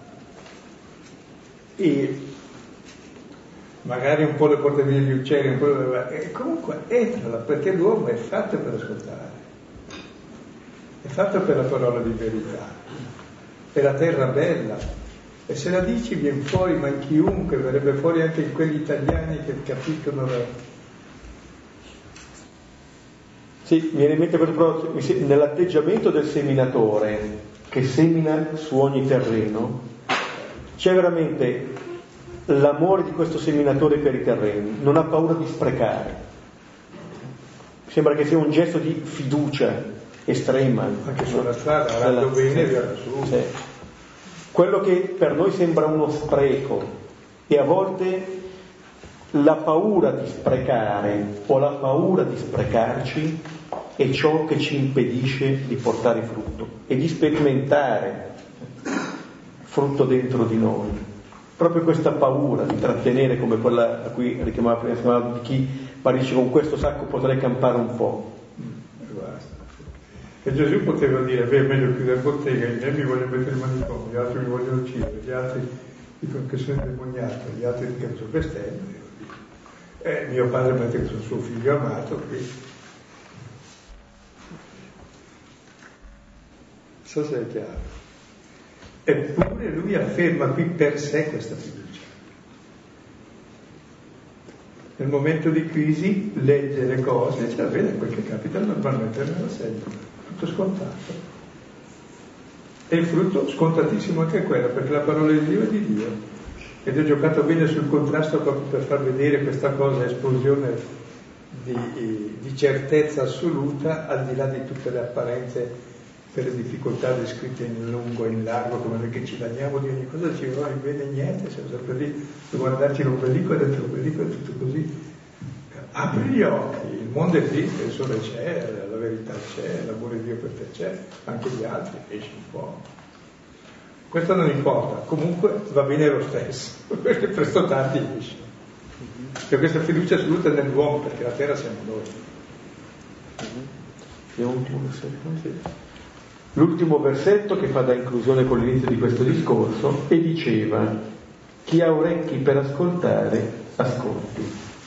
E magari un po' le porta via gli uccelli, un po' le... e comunque entrala, perché l'uomo è fatto per ascoltare, è fatto per la parola di verità, è la terra bella, e se la dici viene fuori, ma in chiunque, verrebbe fuori anche in quegli italiani che capiscono la... Sì, mi viene in mente proprio nell'atteggiamento del seminatore che semina su ogni terreno, c'è veramente l'amore di questo seminatore per i terreni, non ha paura di sprecare. Sembra che sia un gesto di fiducia estrema. Anche sulla strada, andando bene, sì, via su. Sì. Quello che per noi sembra uno spreco, e a volte la paura di sprecare o la paura di sprecarci è ciò che ci impedisce di portare frutto e di sperimentare frutto dentro di noi. Proprio questa paura di trattenere, come quella a cui richiamava prima, si chiamava di chi dice con questo sacco potrei campare un po'. E basta. E Gesù poteva dire, beh, è meglio chiudere bottega, i miei mi vogliono mettere in manicomio, gli altri mi vogliono uccidere, gli altri dicono che sono indemoniato, gli altri dicono che sono bestemmie. Eh, mio padre mette che sono suo figlio amato, qui. Non so se è chiaro. Eppure lui afferma qui per sé questa fiducia. Nel momento di crisi legge le cose e dice, va bene, quel che capita normalmente me lo segno, tutto scontato. E il frutto scontatissimo anche quello, perché la parola di Dio è di Dio. Ed ho giocato bene sul contrasto proprio per far vedere questa cosa, esplosione di, di certezza assoluta, al di là di tutte le apparenze per le difficoltà descritte in lungo e in largo, come noi che ci lagniamo di ogni cosa, dicevo, non vede niente, siamo sempre lì, per guardarci l'ombelico e dentro l'ombelico è tutto così. Apri gli occhi, il mondo esiste, il sole c'è, la verità c'è, l'amore di Dio per te c'è, anche gli altri, esci un po'. Questo non importa, comunque va bene lo stesso, perché presto tardi esce. E questa fiducia assoluta nell'uomo, perché la terra siamo noi. L'ultimo versetto che fa da inclusione con l'inizio di questo discorso e diceva: chi ha orecchi per ascoltare, ascolti.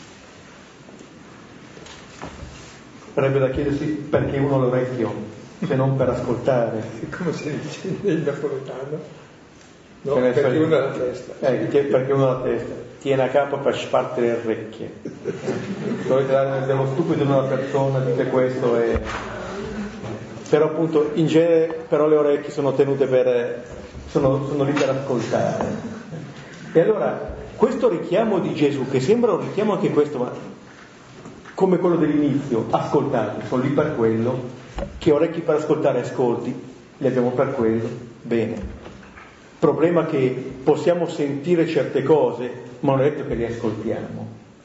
Sarebbe da chiedersi perché uno ha l'orecchio se non per ascoltare. Come si dice in napoletano? No, perché fare... uno ha la testa. Eh, perché uno ha la testa. Tiene a capo per spartere le orecchie. Dovete dare dello stupido in una persona, dite questo e... Però appunto in genere però le orecchie sono tenute per... sono, sono lì per ascoltare. E allora questo richiamo di Gesù, che sembra un richiamo anche questo, ma come quello dell'inizio, ascoltate, sono lì per quello. Che orecchi per ascoltare, ascolti, li abbiamo per quello, bene. Problema che possiamo sentire certe cose, ma non è detto che le ascoltiamo.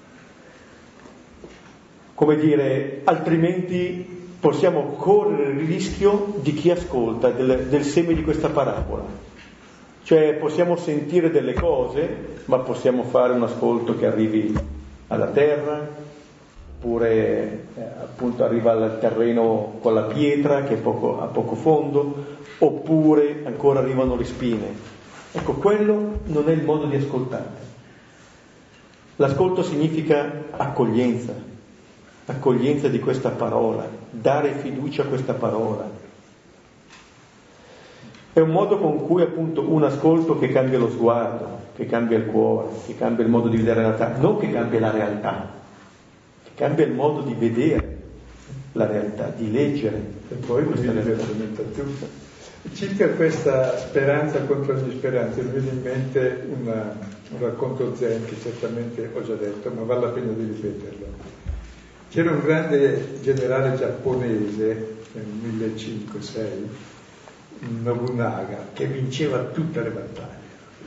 Come dire, altrimenti possiamo correre il rischio di chi ascolta, del, del seme di questa parabola. Cioè possiamo sentire delle cose, ma possiamo fare un ascolto che arrivi alla terra, oppure eh, appunto arriva al terreno con la pietra che è poco, a poco fondo, oppure ancora arrivano le spine. Ecco, quello non è il modo di ascoltare. L'ascolto significa accoglienza, accoglienza di questa parola, dare fiducia a questa parola. È un modo con cui appunto un ascolto che cambia lo sguardo, che cambia il cuore, che cambia il modo di vedere la realtà, non che cambia la realtà, cambia il modo di vedere la realtà, di leggere e poi questa realtà. Circa questa speranza contro ogni speranza mi viene in mente una, un racconto zen che certamente ho già detto, ma vale la pena di ripeterlo. C'era un grande generale giapponese nel millecinquecento sei, Nobunaga, che vinceva tutte le battaglie.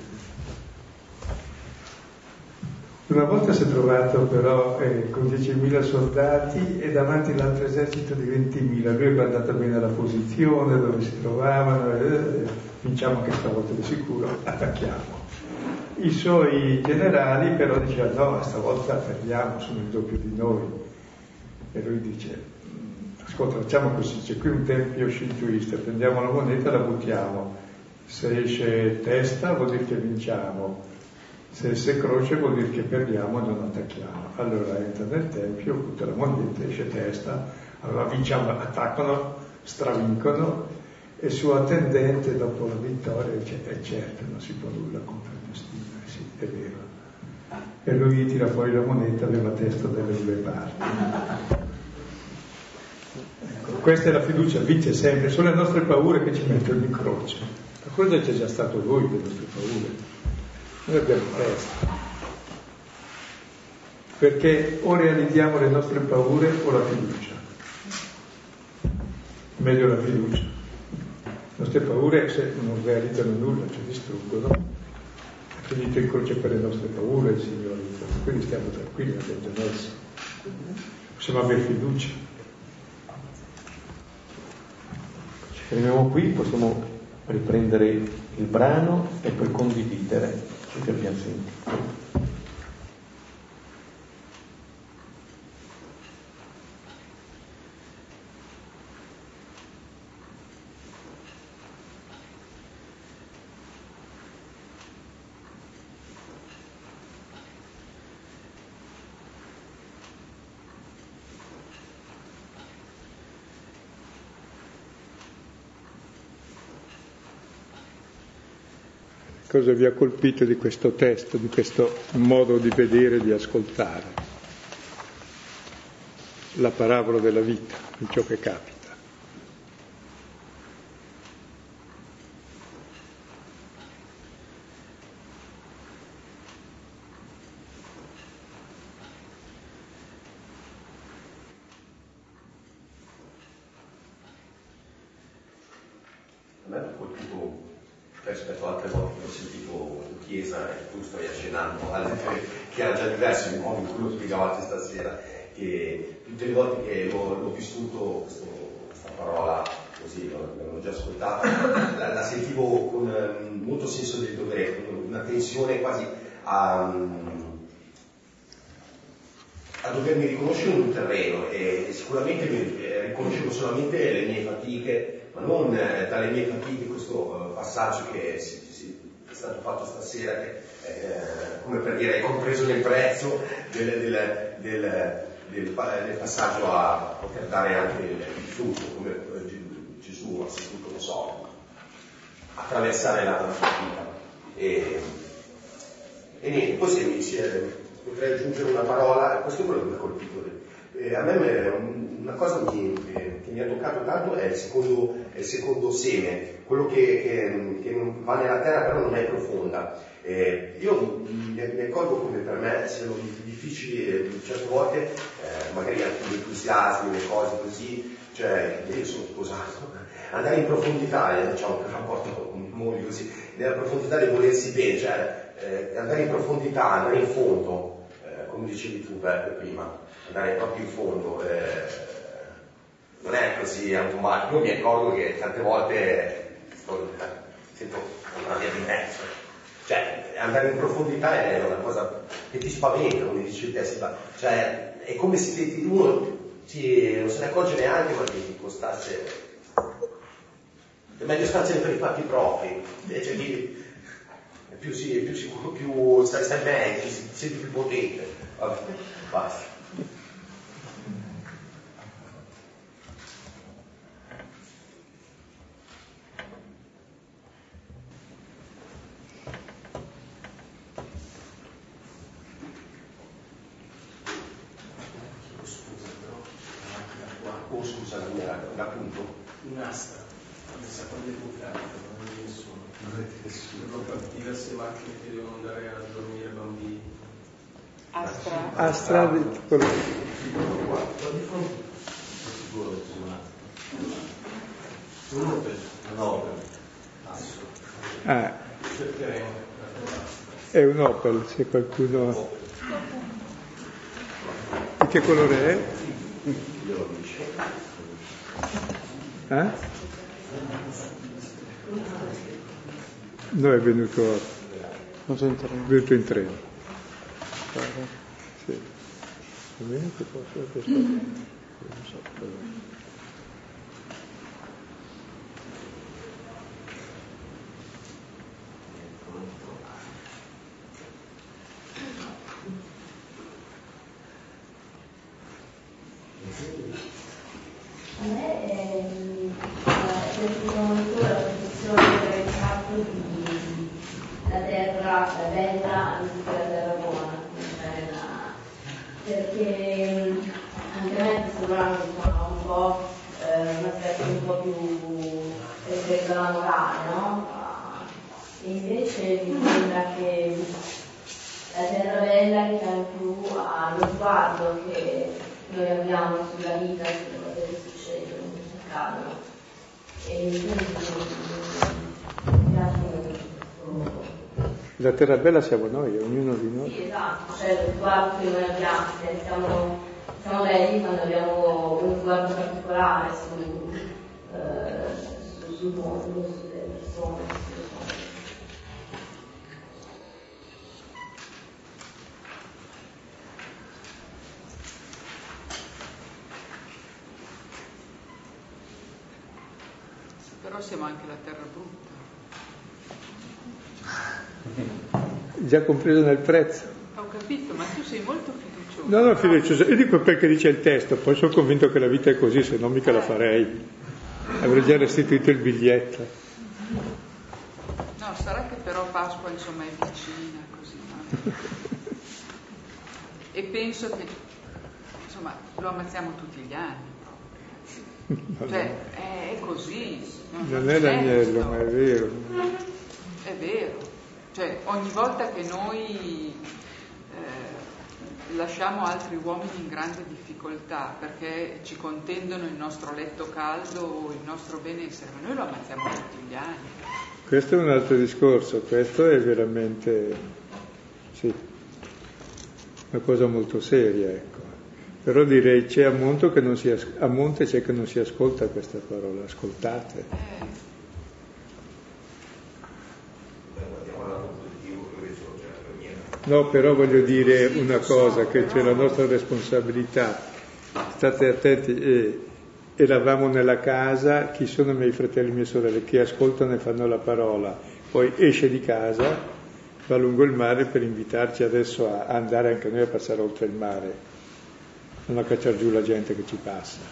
Una volta si è trovato però eh, con diecimila soldati e davanti all'altro esercito di ventimila. Lui è guardato bene la posizione, dove si trovavano, eh, vinciamo anche stavolta di sicuro, attacchiamo. I suoi generali però dicevano no, stavolta perdiamo, sono il doppio di noi. E lui dice, ascolta, facciamo così, c'è qui un tempio shintoista, prendiamo la moneta e la buttiamo. Se esce testa vuol dire che vinciamo. Se esce croce vuol dire che perdiamo e non attacchiamo. Allora entra nel tempio, butta la moneta, esce testa, allora vinciamo, attaccano, stravincono e il suo attendente dopo la vittoria dice è certo, non si può nulla contro il destino, eh sì, è vero. E lui tira fuori la moneta, aveva testa dalle due parti. Ecco, questa è la fiducia, vince sempre, sono le nostre paure che ci mettono in croce. Ma cosa c'è già stato lui per le nostre paure? Noi abbiamo testa, perché o realizziamo le nostre paure o la fiducia. meglio la fiducia. Le nostre paure, se non realizzano nulla, ci distruggono. È finito in croce per le nostre paure il Signore, quindi stiamo tranquilli, abbiamo già messo. Possiamo avere fiducia. Ci fermiamo qui, possiamo riprendere il brano e poi condividere ciò che abbiamo sentito. Cosa vi ha colpito di questo testo, di questo modo di vedere e di ascoltare? La parabola della vita, di ciò che capita. A me ha colpito rispetto a altre volte che ho sentito in chiesa, e tu stai accennando alle che era già diverso il modo in cui lo spiegavate stasera, che tutte le volte che l'ho, l'ho vissuto questo, questa parola così, l'ho già ascoltata, la, la sentivo con um, molto senso del dovere, con una tensione quasi a, um, a dovermi riconoscere in un terreno, e sicuramente mi eh, riconoscevo solamente le mie fatiche, ma non eh, dalle mie fatiche questo eh, passaggio che si, si, è stato fatto stasera, che eh, come per dire è compreso nel prezzo del, del, del, del, del passaggio a poter dare anche il, il frutto, come eh, Gesù ha saputo, non so, attraversare la, la sua vita. E, e niente, poi se mi si è, potrei aggiungere una parola, questo è quello che mi ha colpito. Eh, a me una cosa che, che, che mi ha toccato tanto è il secondo, è il secondo seme, quello che, che, che va nella terra però non è profonda. Eh, io mi, mi accorgo come per me siano difficili eh, certe volte, eh, magari anche gli entusiasmi, le cose così, cioè io sono sposato, andare in profondità, eh, diciamo, per rapporto con moglie così, nella profondità di volersi bene, cioè eh, andare in profondità, andare in fondo, eh, come dicevi tu Beppe prima, andare proprio in fondo, eh, non è così automatico. Io mi accorgo che tante volte sto, sento una via di mezzo, cioè andare in profondità è una cosa che ti spaventa, come dicevi te, cioè è come se ti, uno ti, non se ne accorge neanche, ma ti costasse, è meglio starsene per i fatti propri, invece di più, sì, più sicuro, più stai, stai meglio, ti senti più potente. Vabbè, basta. Oh scusa, la mia, l'appunto? Un'asta, mi sa quando è bucato, non è nessuno. Non è nessuno. Diverse macchine che devono andare a dormire bambini. Astra. Astra, quello. Qua, di fronte. Sicuro che sono un Opel. Un Opel. Asso. Ah, Cercheremo. è un Opel, se qualcuno... Di che colore è? Eh? No, è venuto, è venuto in treno. Sì. Va bene che posso questo. Non so, però. A me è piaciuta molto la posizione che hai fatto di la terra bella anziché la terra buona, perché anche a me questo brano insomma un po' eh, un aspetto un po' più rispetto alla morale, no? E invece mi sembra che la terra bella richiama più allo sguardo che noi abbiamo sulla vita, sulle cose che succedono, che accadono. e quindi mi piace molto. La terra bella siamo noi, ognuno di noi. Sì, esatto, cioè lo sguardo che noi abbiamo, siamo, siamo belli quando abbiamo uno sguardo particolare su, eh, su, sul mondo, sulle persone. Però siamo anche la terra brutta. Già compreso nel prezzo. Ho capito, ma tu sei molto fiducioso. No, no, fiducioso. Io dico perché dice il testo, poi sono convinto che la vita è così, se no mica la farei. Avrei già restituito il biglietto. No, sarà che però Pasqua insomma è vicina, così, no? E penso che, insomma, lo ammazziamo tutti gli anni. Cioè, è così. No? Non, non è l'agnello, ma è vero. È vero. Cioè, ogni volta che noi eh, lasciamo altri uomini in grande difficoltà perché ci contendono il nostro letto caldo o il nostro benessere, ma noi lo ammazziamo tutti gli anni. Questo è un altro discorso, questo è veramente, sì, una cosa molto seria, ecco. Però direi c'è a monte che non si, as- a monte c'è che non si ascolta questa parola, ascoltate. Eh. No, però voglio dire una cosa, che c'è la nostra responsabilità. State attenti, eh, eravamo nella casa, chi sono i miei fratelli e mie sorelle, che ascoltano e fanno la parola, poi esce di casa, va lungo il mare per invitarci adesso a, a andare anche noi a passare oltre il mare, non a cacciare giù la gente che ci passa.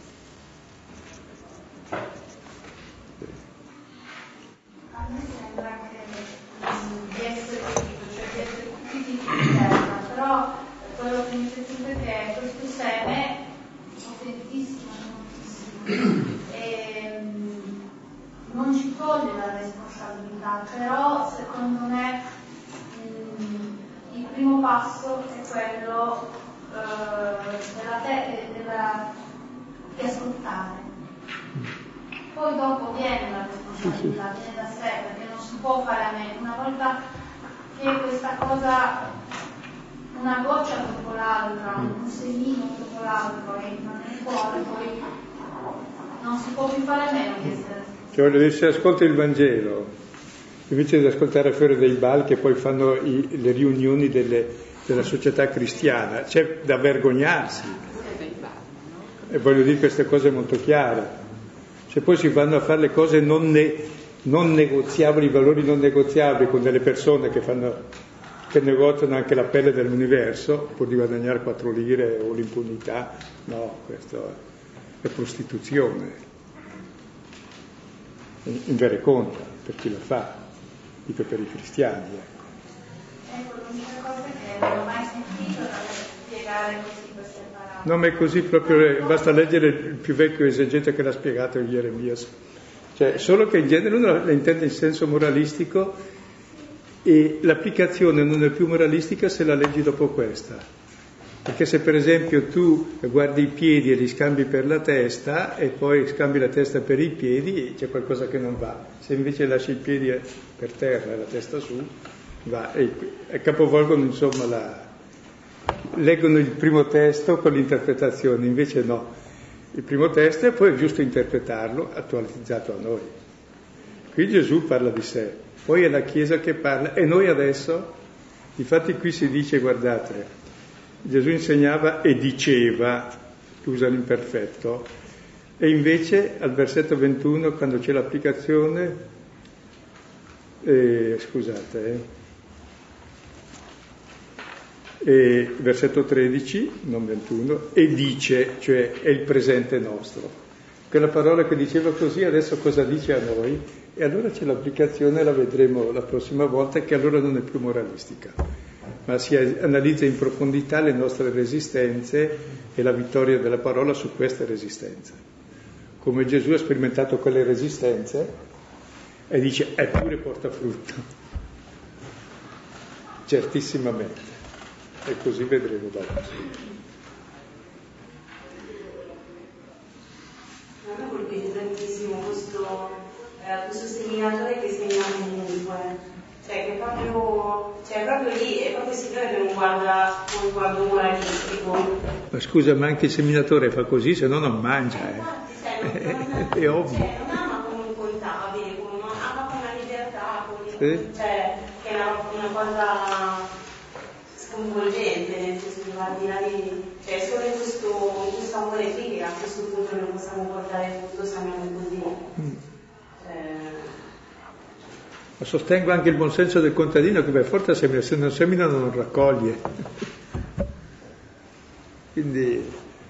A me sembra che di essere cioè di essere tutti di terra, però quello che mi sento è che questo seme potentissimo, moltissimo, e non ci toglie la responsabilità, però secondo me mh, il primo passo è quello eh, della te- della, di ascoltare. Poi dopo viene la responsabilità, viene da sé, perché non si può fare a meno. Una volta che questa cosa, una goccia dopo l'altra, un semino dopo l'altro entra nel cuore, poi non si può più fare a meno di essere. Cioè, voglio dire, se ascolti il Vangelo, invece di ascoltare fuori dei bal che poi fanno i, le riunioni delle, della società cristiana, c'è da vergognarsi. E voglio dire queste cose molto chiare. Se poi si vanno a fare le cose non, ne, non negoziabili, i valori non negoziabili con delle persone che, fanno, che negoziano anche la pelle dell'universo pur di guadagnare quattro lire o l'impunità, no, questo è prostituzione, in vera conta per chi lo fa, dico per i cristiani. Ecco, ecco l'unica cosa che non ho mai sentito da spiegare così. No, ma è così proprio, basta leggere il più vecchio esegeta che l'ha spiegato, Jeremia. Cioè, solo che in genere uno la intende in senso moralistico e l'applicazione non è più moralistica se la leggi dopo questa. Perché se per esempio tu guardi i piedi e li scambi per la testa e poi scambi la testa per i piedi, c'è qualcosa che non va. Se invece lasci i piedi per terra e la testa su, va. E, e capovolgono insomma la... leggono il primo testo con l'interpretazione, invece no, il primo testo e poi è giusto interpretarlo attualizzato a noi. Qui Gesù parla di sé, poi è la Chiesa che parla e noi adesso, infatti qui si dice, guardate, Gesù insegnava e diceva, usa l'imperfetto, e invece al versetto ventuno quando c'è l'applicazione, eh, scusate, eh, E versetto tredici, non ventuno, e dice, cioè è il presente nostro. Quella parola che diceva così adesso cosa dice a noi? E allora c'è l'applicazione, la vedremo la prossima volta, che allora non è più moralistica, ma si analizza in profondità le nostre resistenze e la vittoria della parola su queste resistenze. Come Gesù ha sperimentato quelle resistenze e dice, eppure porta frutto. Certissimamente. E così vedremo dopo. A me colpisce tantissimo questo proprio lì, è proprio il Signore che non guarda con sguardo moralistico. Ma scusa, ma anche il seminatore fa così, se no non mangia, eh. Infatti, cioè, non, non, è ovvio. Cioè, non ama come un contabile, come una, ama come una libertà, come, Sì. cioè, che è una, una cosa sconvolgente, nel senso che va al di là di... Cioè, solo in questo, in questo amore qui che a questo punto non possiamo portare tutto, siamo così. Mm. Cioè, Ma sostengo anche il buon senso del contadino che per forza semina, se non semina non raccoglie. Quindi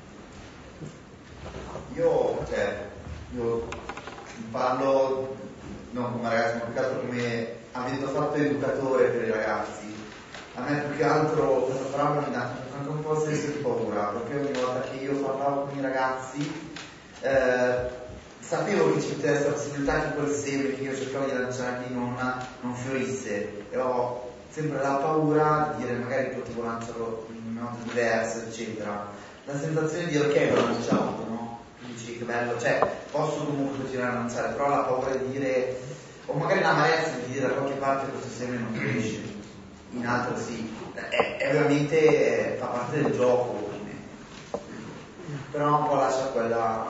io, cioè, io parlo non come ragazzi, ma più che altro come avendo fatto educatore per i ragazzi. A me più che altro questa parola mi dà anche un po' senso di paura, perché ogni volta che io parlavo con i ragazzi eh, sapevo che c'era questa possibilità che quel seme che io cercavo di lanciare lì non, non fiorisse, e ho sempre la paura di dire magari potevo lanciarlo in un modo diverso, eccetera. La sensazione di dire ok, l'ho lanciato, no? Dici che bello, cioè posso comunque continuare a lanciare, però la paura di dire, o magari l'amarezza di dire da qualche parte questo seme non cresce, in altro sì, è, è veramente è, fa parte del gioco, però un po' lascia quella...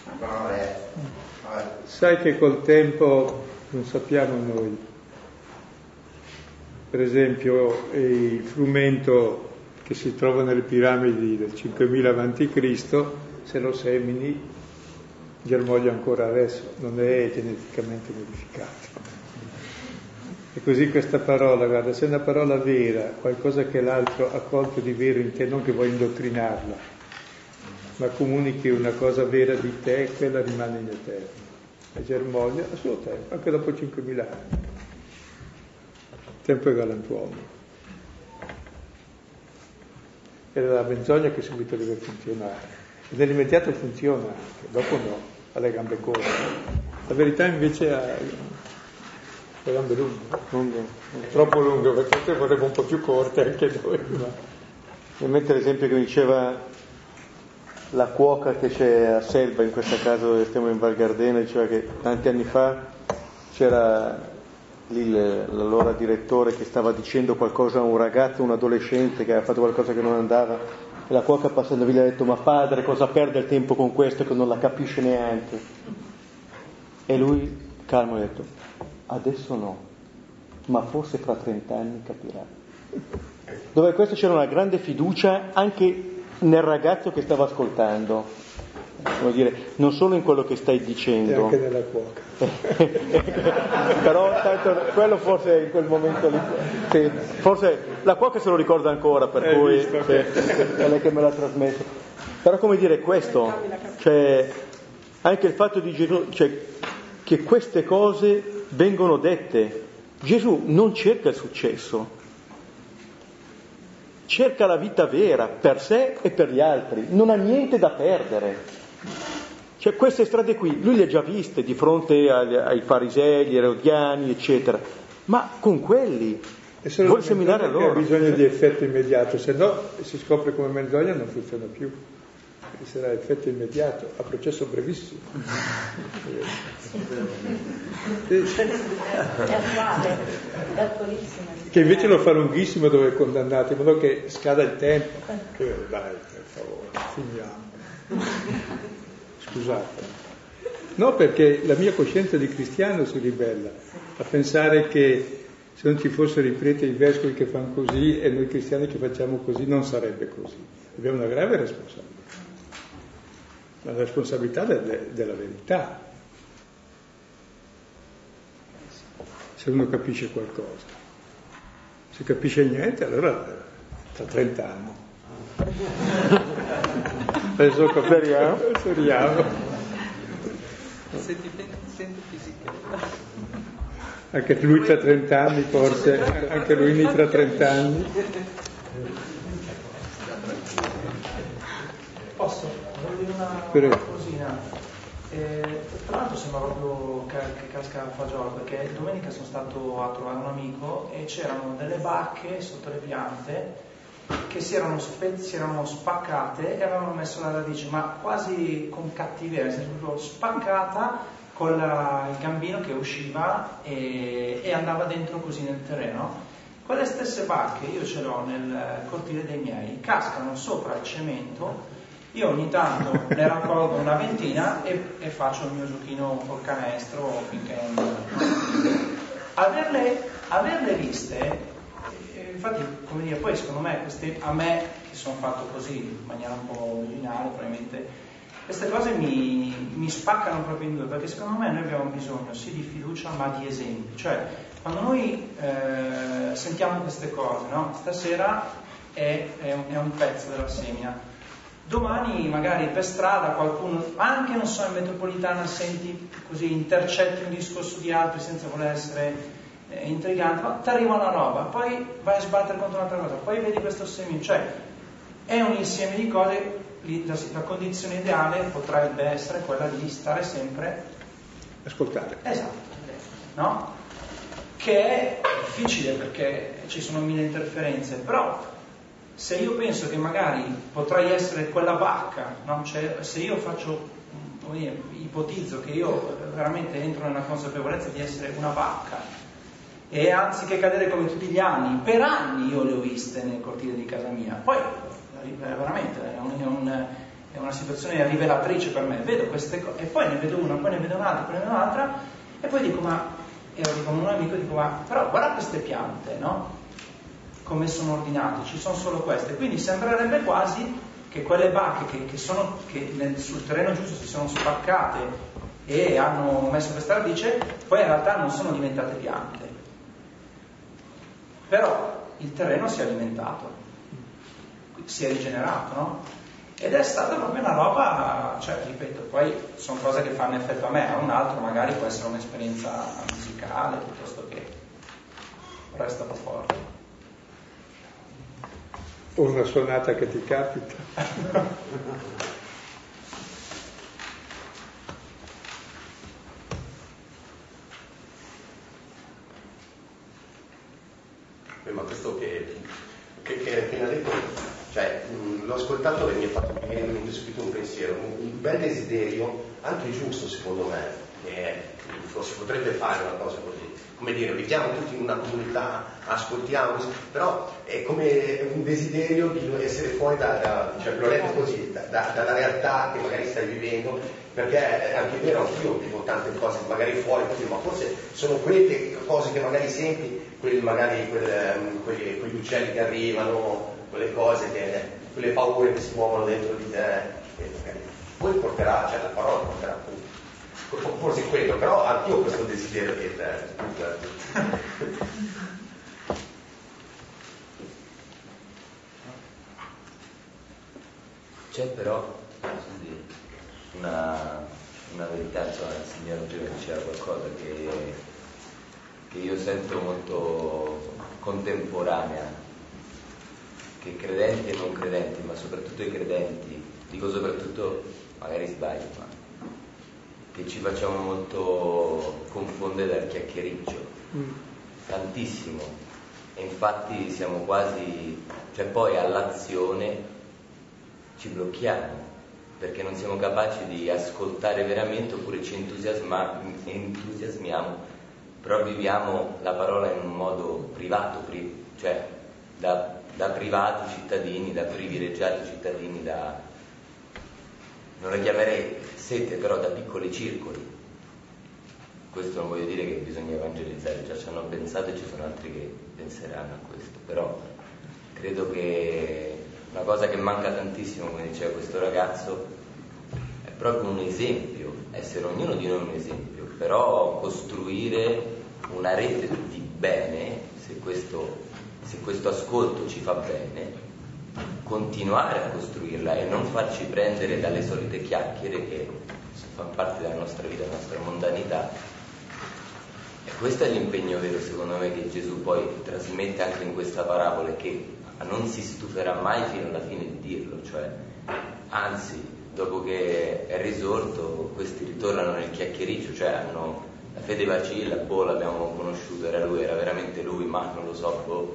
Sai che col tempo, non sappiamo noi, per esempio il frumento che si trova nelle piramidi del cinquemila avanti Cristo, se lo semini germoglia ancora adesso, non è geneticamente modificato. E così questa parola, guarda, se è una parola vera, qualcosa che l'altro ha colto di vero in te, non che vuoi indottrinarla, ma comunichi una cosa vera di te, quella rimane in eterno e germoglia a suo tempo, anche dopo cinquemila anni. Il tempo è galantuomo. È la menzogna che subito deve funzionare, e nell'immediato funziona anche, dopo no, ha le gambe corte. La verità invece ha le gambe lunghe, lunghe. Troppo lunghe, perché vorremmo un po' più corte anche noi. Ma... Mi mette l'esempio che mi diceva la cuoca che c'è a Selva, in questa casa dove stiamo in Val Gardena, diceva che tanti anni fa c'era lì l'allora direttore che stava dicendo qualcosa a un ragazzo, un adolescente che aveva fatto qualcosa che non andava, e la cuoca passando via gli ha detto: ma padre, cosa perde il tempo con questo che non la capisce neanche? E lui calmo ha detto: adesso no, ma forse fra trent'anni capirà. Dove questo c'era una grande fiducia anche nel ragazzo che stava ascoltando, vuol dire, non solo in quello che stai dicendo, e anche nella cuoca. Però tanto, quello forse in quel momento lì, sì, forse la cuoca se lo ricorda ancora, per Hai cui visto, sì, è lei che me l'ha trasmesso. Però come dire questo, cioè anche il fatto di Gesù, cioè, che queste cose vengono dette. Gesù non cerca il successo, cerca la vita vera per sé e per gli altri, non ha niente da perdere. Cioè queste strade qui, lui le ha già viste di fronte ai, ai farisei, agli erodiani, eccetera, ma con quelli vuole seminare a loro. Ha bisogno di effetto immediato, se no si scopre come menzogna non funziona più. Sarà effetto immediato, a processo brevissimo. Sì. Che invece lo fa lunghissimo dove è condannato, in modo che scada il tempo. Che dai, per favore, finiamo. Scusate. No, perché la mia coscienza di cristiano si ribella a pensare che se non ci fossero i preti e i vescovi che fanno così e noi cristiani che facciamo così, non sarebbe così. Abbiamo una grave responsabilità. La responsabilità de- della verità, se uno capisce qualcosa. Se capisce niente, allora tra trent'anni adesso speriamo speriamo senti fisicamente, anche lui tra trent'anni, forse anche lui tra trent'anni. Posso? Voglio dire una, Prego. una cosina. Eh, tra l'altro sembra proprio che, che casca a fagiolo, perché domenica sono stato a trovare un amico e c'erano delle bacche sotto le piante che si erano, spe- si erano spaccate e avevano messo la radice, ma quasi con cattiveria, nel senso proprio spaccata, con la, il gambino che usciva e, e andava dentro così nel terreno. Quelle stesse bacche io ce l'ho nel cortile dei miei, cascano sopra il cemento, io ogni tanto ne raccolgo una ventina e, e faccio il mio giochino col canestro finché non... Averle, averle viste, infatti, come dire, poi secondo me, queste, a me che sono fatto così, in maniera un po' originale probabilmente, queste cose mi, mi spaccano proprio in due, perché secondo me noi abbiamo bisogno sì di fiducia ma di esempi. Cioè, quando noi eh, sentiamo queste cose, no? Stasera è, è, un, è un pezzo della semina, domani magari per strada qualcuno, anche non so in metropolitana, senti così, intercetti un discorso di altri senza voler essere eh, intrigante, ma ti arriva una roba, poi vai a sbattere contro un'altra cosa, poi vedi questo semino, cioè è un insieme di cose. La, la condizione ideale potrebbe essere quella di stare sempre ascoltare. Esatto, no? Che è difficile perché ci sono mille interferenze, però se io penso che magari potrei essere quella bacca, no? Cioè, se io faccio, ipotizzo che io veramente entro nella consapevolezza di essere una bacca e anziché cadere come tutti gli anni, per anni io le ho viste nel cortile di casa mia, poi veramente è, un, è, un, è una situazione rivelatrice per me, vedo queste cose e poi ne vedo una, poi ne vedo un'altra, poi ne vedo un'altra e poi dico ma, e lo dico a un amico, dico ma però guarda queste piante, no? Come sono ordinate, ci sono solo queste, quindi sembrerebbe quasi che quelle bacche che, che, sono, che nel, sul terreno giusto si sono spaccate e hanno messo questa radice, poi in realtà non sono diventate piante, però il terreno si è alimentato, si è rigenerato, no? Ed è stata proprio una roba, cioè ripeto, poi sono cose che fanno effetto a me, a un altro magari può essere un'esperienza musicale piuttosto che resta un po' forte. O una suonata che ti capita. Eh, ma questo che, che, che hai appena detto, cioè, mh, l'ho ascoltato e mi ha fatto venire in mente subito un pensiero, un, un bel desiderio, anche giusto secondo me, che è, si potrebbe fare una cosa così, come dire, viviamo tutti in una comunità, ascoltiamo, però è come un desiderio di essere fuori da, da cioè lo letto così, da, da, dalla realtà che magari stai vivendo, perché è anche vero, anch'io vivo tante cose magari fuori, così, ma forse sono quelle cose che magari senti, quelli, magari quelle, quelli, quegli uccelli che arrivano, quelle cose, che, quelle paure che si muovono dentro di te, che magari poi porterà, cioè la parola porterà appunto. Forse quello, però anch'io ho questo desiderio che c'è però una, una verità, insomma, il signor prima diceva qualcosa che, che io sento molto contemporanea, che credenti e non credenti, ma soprattutto i credenti, dico soprattutto, magari sbaglio, ma che ci facciamo molto confondere dal chiacchiericcio, mm. tantissimo, e infatti siamo quasi, cioè poi all'azione ci blocchiamo, perché non siamo capaci di ascoltare veramente, oppure ci entusiasma, entusiasmiamo, però viviamo la parola in un modo privato, pri, cioè da, da privati cittadini, da privilegiati cittadini, da... non la chiamerei sette, però da piccoli circoli. Questo non voglio dire che bisogna evangelizzare, già ci hanno pensato e ci sono altri che penseranno a questo, però credo che una cosa che manca tantissimo, come diceva questo ragazzo, è proprio un esempio, essere ognuno di noi un esempio, però costruire una rete di bene, se questo, se questo ascolto ci fa bene, continuare a costruirla e non farci prendere dalle solite chiacchiere che fanno parte della nostra vita, della nostra mondanità. E questo è l'impegno vero, secondo me, che Gesù poi trasmette anche in questa parabola, che non si stuferà mai fino alla fine di dirlo, cioè anzi, dopo che è risorto, questi ritornano nel chiacchiericcio, cioè hanno la fede vacilla, boh, l'abbiamo conosciuto, era lui, era veramente lui, ma non lo so, boh.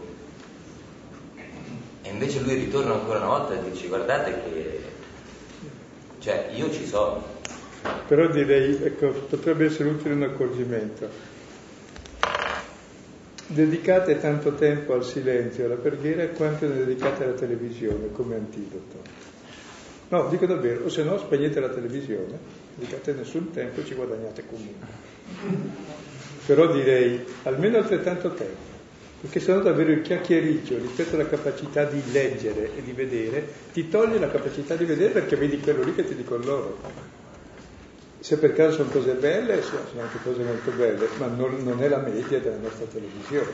E invece lui ritorna ancora una volta e dice: guardate che, cioè, io ci sono. Però direi, ecco, potrebbe essere utile un accorgimento. dedicate tanto tempo al silenzio e alla preghiera quanto ne dedicate alla televisione come antidoto. No, dico davvero, o se no spegnete la televisione, dedicate nessun tempo e ci guadagnate comunque. Però direi almeno altrettanto tempo, perché sennò davvero il chiacchiericcio rispetto alla capacità di leggere e di vedere ti toglie la capacità di vedere, perché vedi quello lì che ti dicono loro. Se per caso sono cose belle, sono anche cose molto belle, ma non, non è la media della nostra televisione.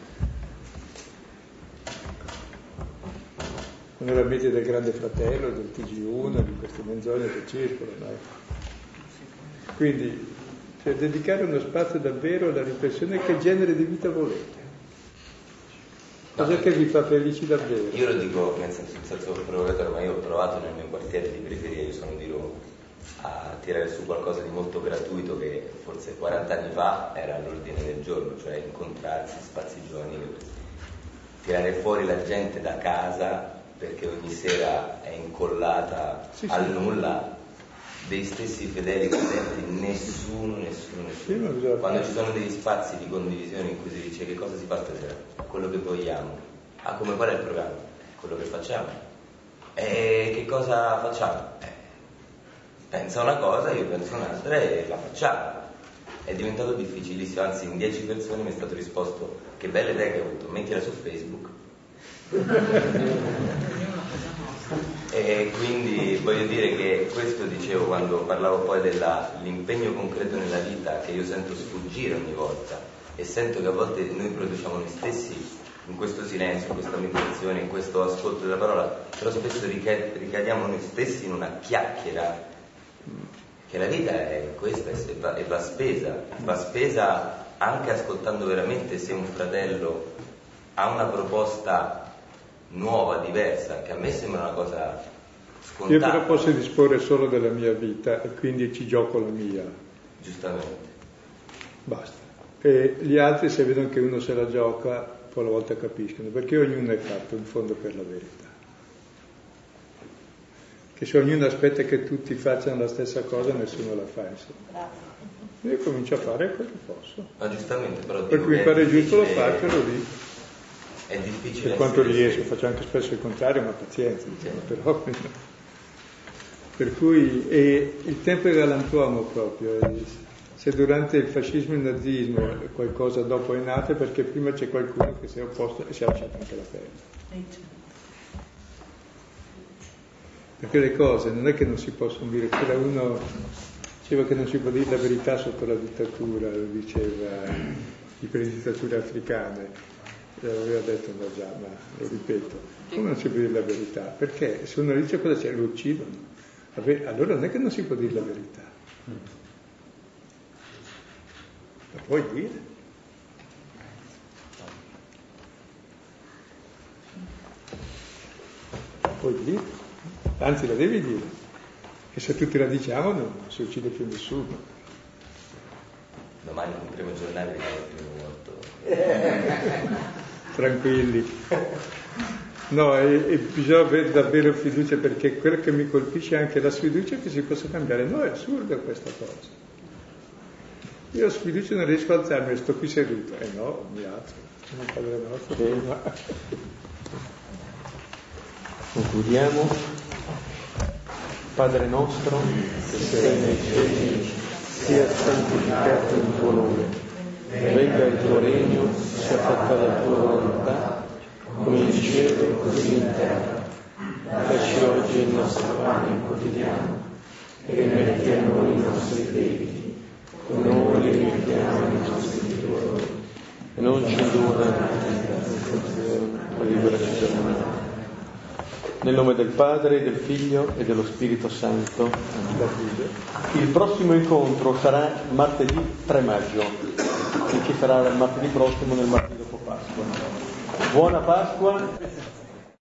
Non è la media del Grande Fratello, del T G uno, di queste menzogne che circolano. Quindi, cioè, dedicare uno spazio davvero alla riflessione: che genere di vita volete? Cos'è che vi fa felici davvero? Io lo dico nel senso, in senso provocatorio, ma io ho provato nel mio quartiere di periferia, io sono di Roma, a tirare su qualcosa di molto gratuito che forse quaranta anni fa era all'ordine del giorno, cioè incontrarsi, spazi giovanili, tirare fuori la gente da casa perché ogni sera è incollata sì, al sì. nulla, dei stessi fedeli credenti, nessuno, nessuno, nessuno. Sì, quando ci sono degli spazi di condivisione in cui si dice che cosa si fa stasera, quello che vogliamo, ah, come qual è il programma? Quello che facciamo. E che cosa facciamo? Eh, pensa una cosa, io penso un'altra e la facciamo. È diventato difficilissimo, anzi in dieci persone mi è stato risposto: che bella idea che hai avuto, mettila su Facebook. E quindi voglio dire che questo dicevo quando parlavo poi dell'impegno concreto nella vita, che io sento sfuggire ogni volta, e sento che a volte noi produciamo noi stessi in questo silenzio, in questa meditazione, in questo ascolto della parola, però spesso ricadiamo noi stessi in una chiacchiera, che la vita è questa e va, e va spesa, va spesa anche ascoltando veramente se un fratello ha una proposta nuova, diversa, che a me sembra una cosa scontata. Io però posso disporre solo della mia vita e quindi ci gioco la mia. Giustamente. Basta. E gli altri, se vedono che uno se la gioca, poi alla volta capiscono, perché ognuno è fatto in fondo per la verità. Che se ognuno aspetta che tutti facciano la stessa cosa, nessuno la fa insieme. Io comincio a fare quello che posso. Ma giustamente, però per cui mi pare giusto lo faccio, lo dico. È difficile. Per quanto riesco, faccio anche spesso il contrario, ma pazienza, diciamo, però. Per cui e il tempo è galantuomo proprio. Se durante il fascismo e il nazismo qualcosa dopo è nato, è perché prima c'è qualcuno che si è opposto e si è lasciato anche la pelle. Perché le cose non è che non si possono dire, c'era uno diceva che non si può dire la verità sotto la dittatura, lo diceva per le dittature africane. L'aveva detto no già, ma lo ripeto, come non si può dire la verità? Perché se uno dice cosa c'è, lo uccidono. Allora non è che non si può dire la verità. La puoi dire. La puoi dire. Anzi la devi dire. Che se tutti la diciamo non si uccide più nessuno. Domani il primo giornale rimane il primo morto. Tranquilli. No, e, e bisogna avere davvero fiducia, perché quello che mi colpisce è anche la sfiducia che si possa cambiare. No, è assurda questa cosa. Io ho sfiducia, non riesco a alzarmi, sto qui seduto. Eh no, mi alzo. Non Padre nostro. Sì. Concludiamo. Padre nostro, che sei nei cieli, sia santificato il tuo nome. Venga il tuo regno, sia fatta la tua volontà, come in cielo così in terra. Dacci oggi il nostro pane quotidiano e rimetti a noi i nostri debiti, come noi li rimettiamo ai nostri debitori, e non ci indurre in tentazione, ma liberaci dal male. Nel nome del Padre, del Figlio e dello Spirito Santo. Il prossimo incontro sarà martedì tre maggio, e ci sarà il martedì prossimo, nel martedì dopo Pasqua. Buona Pasqua.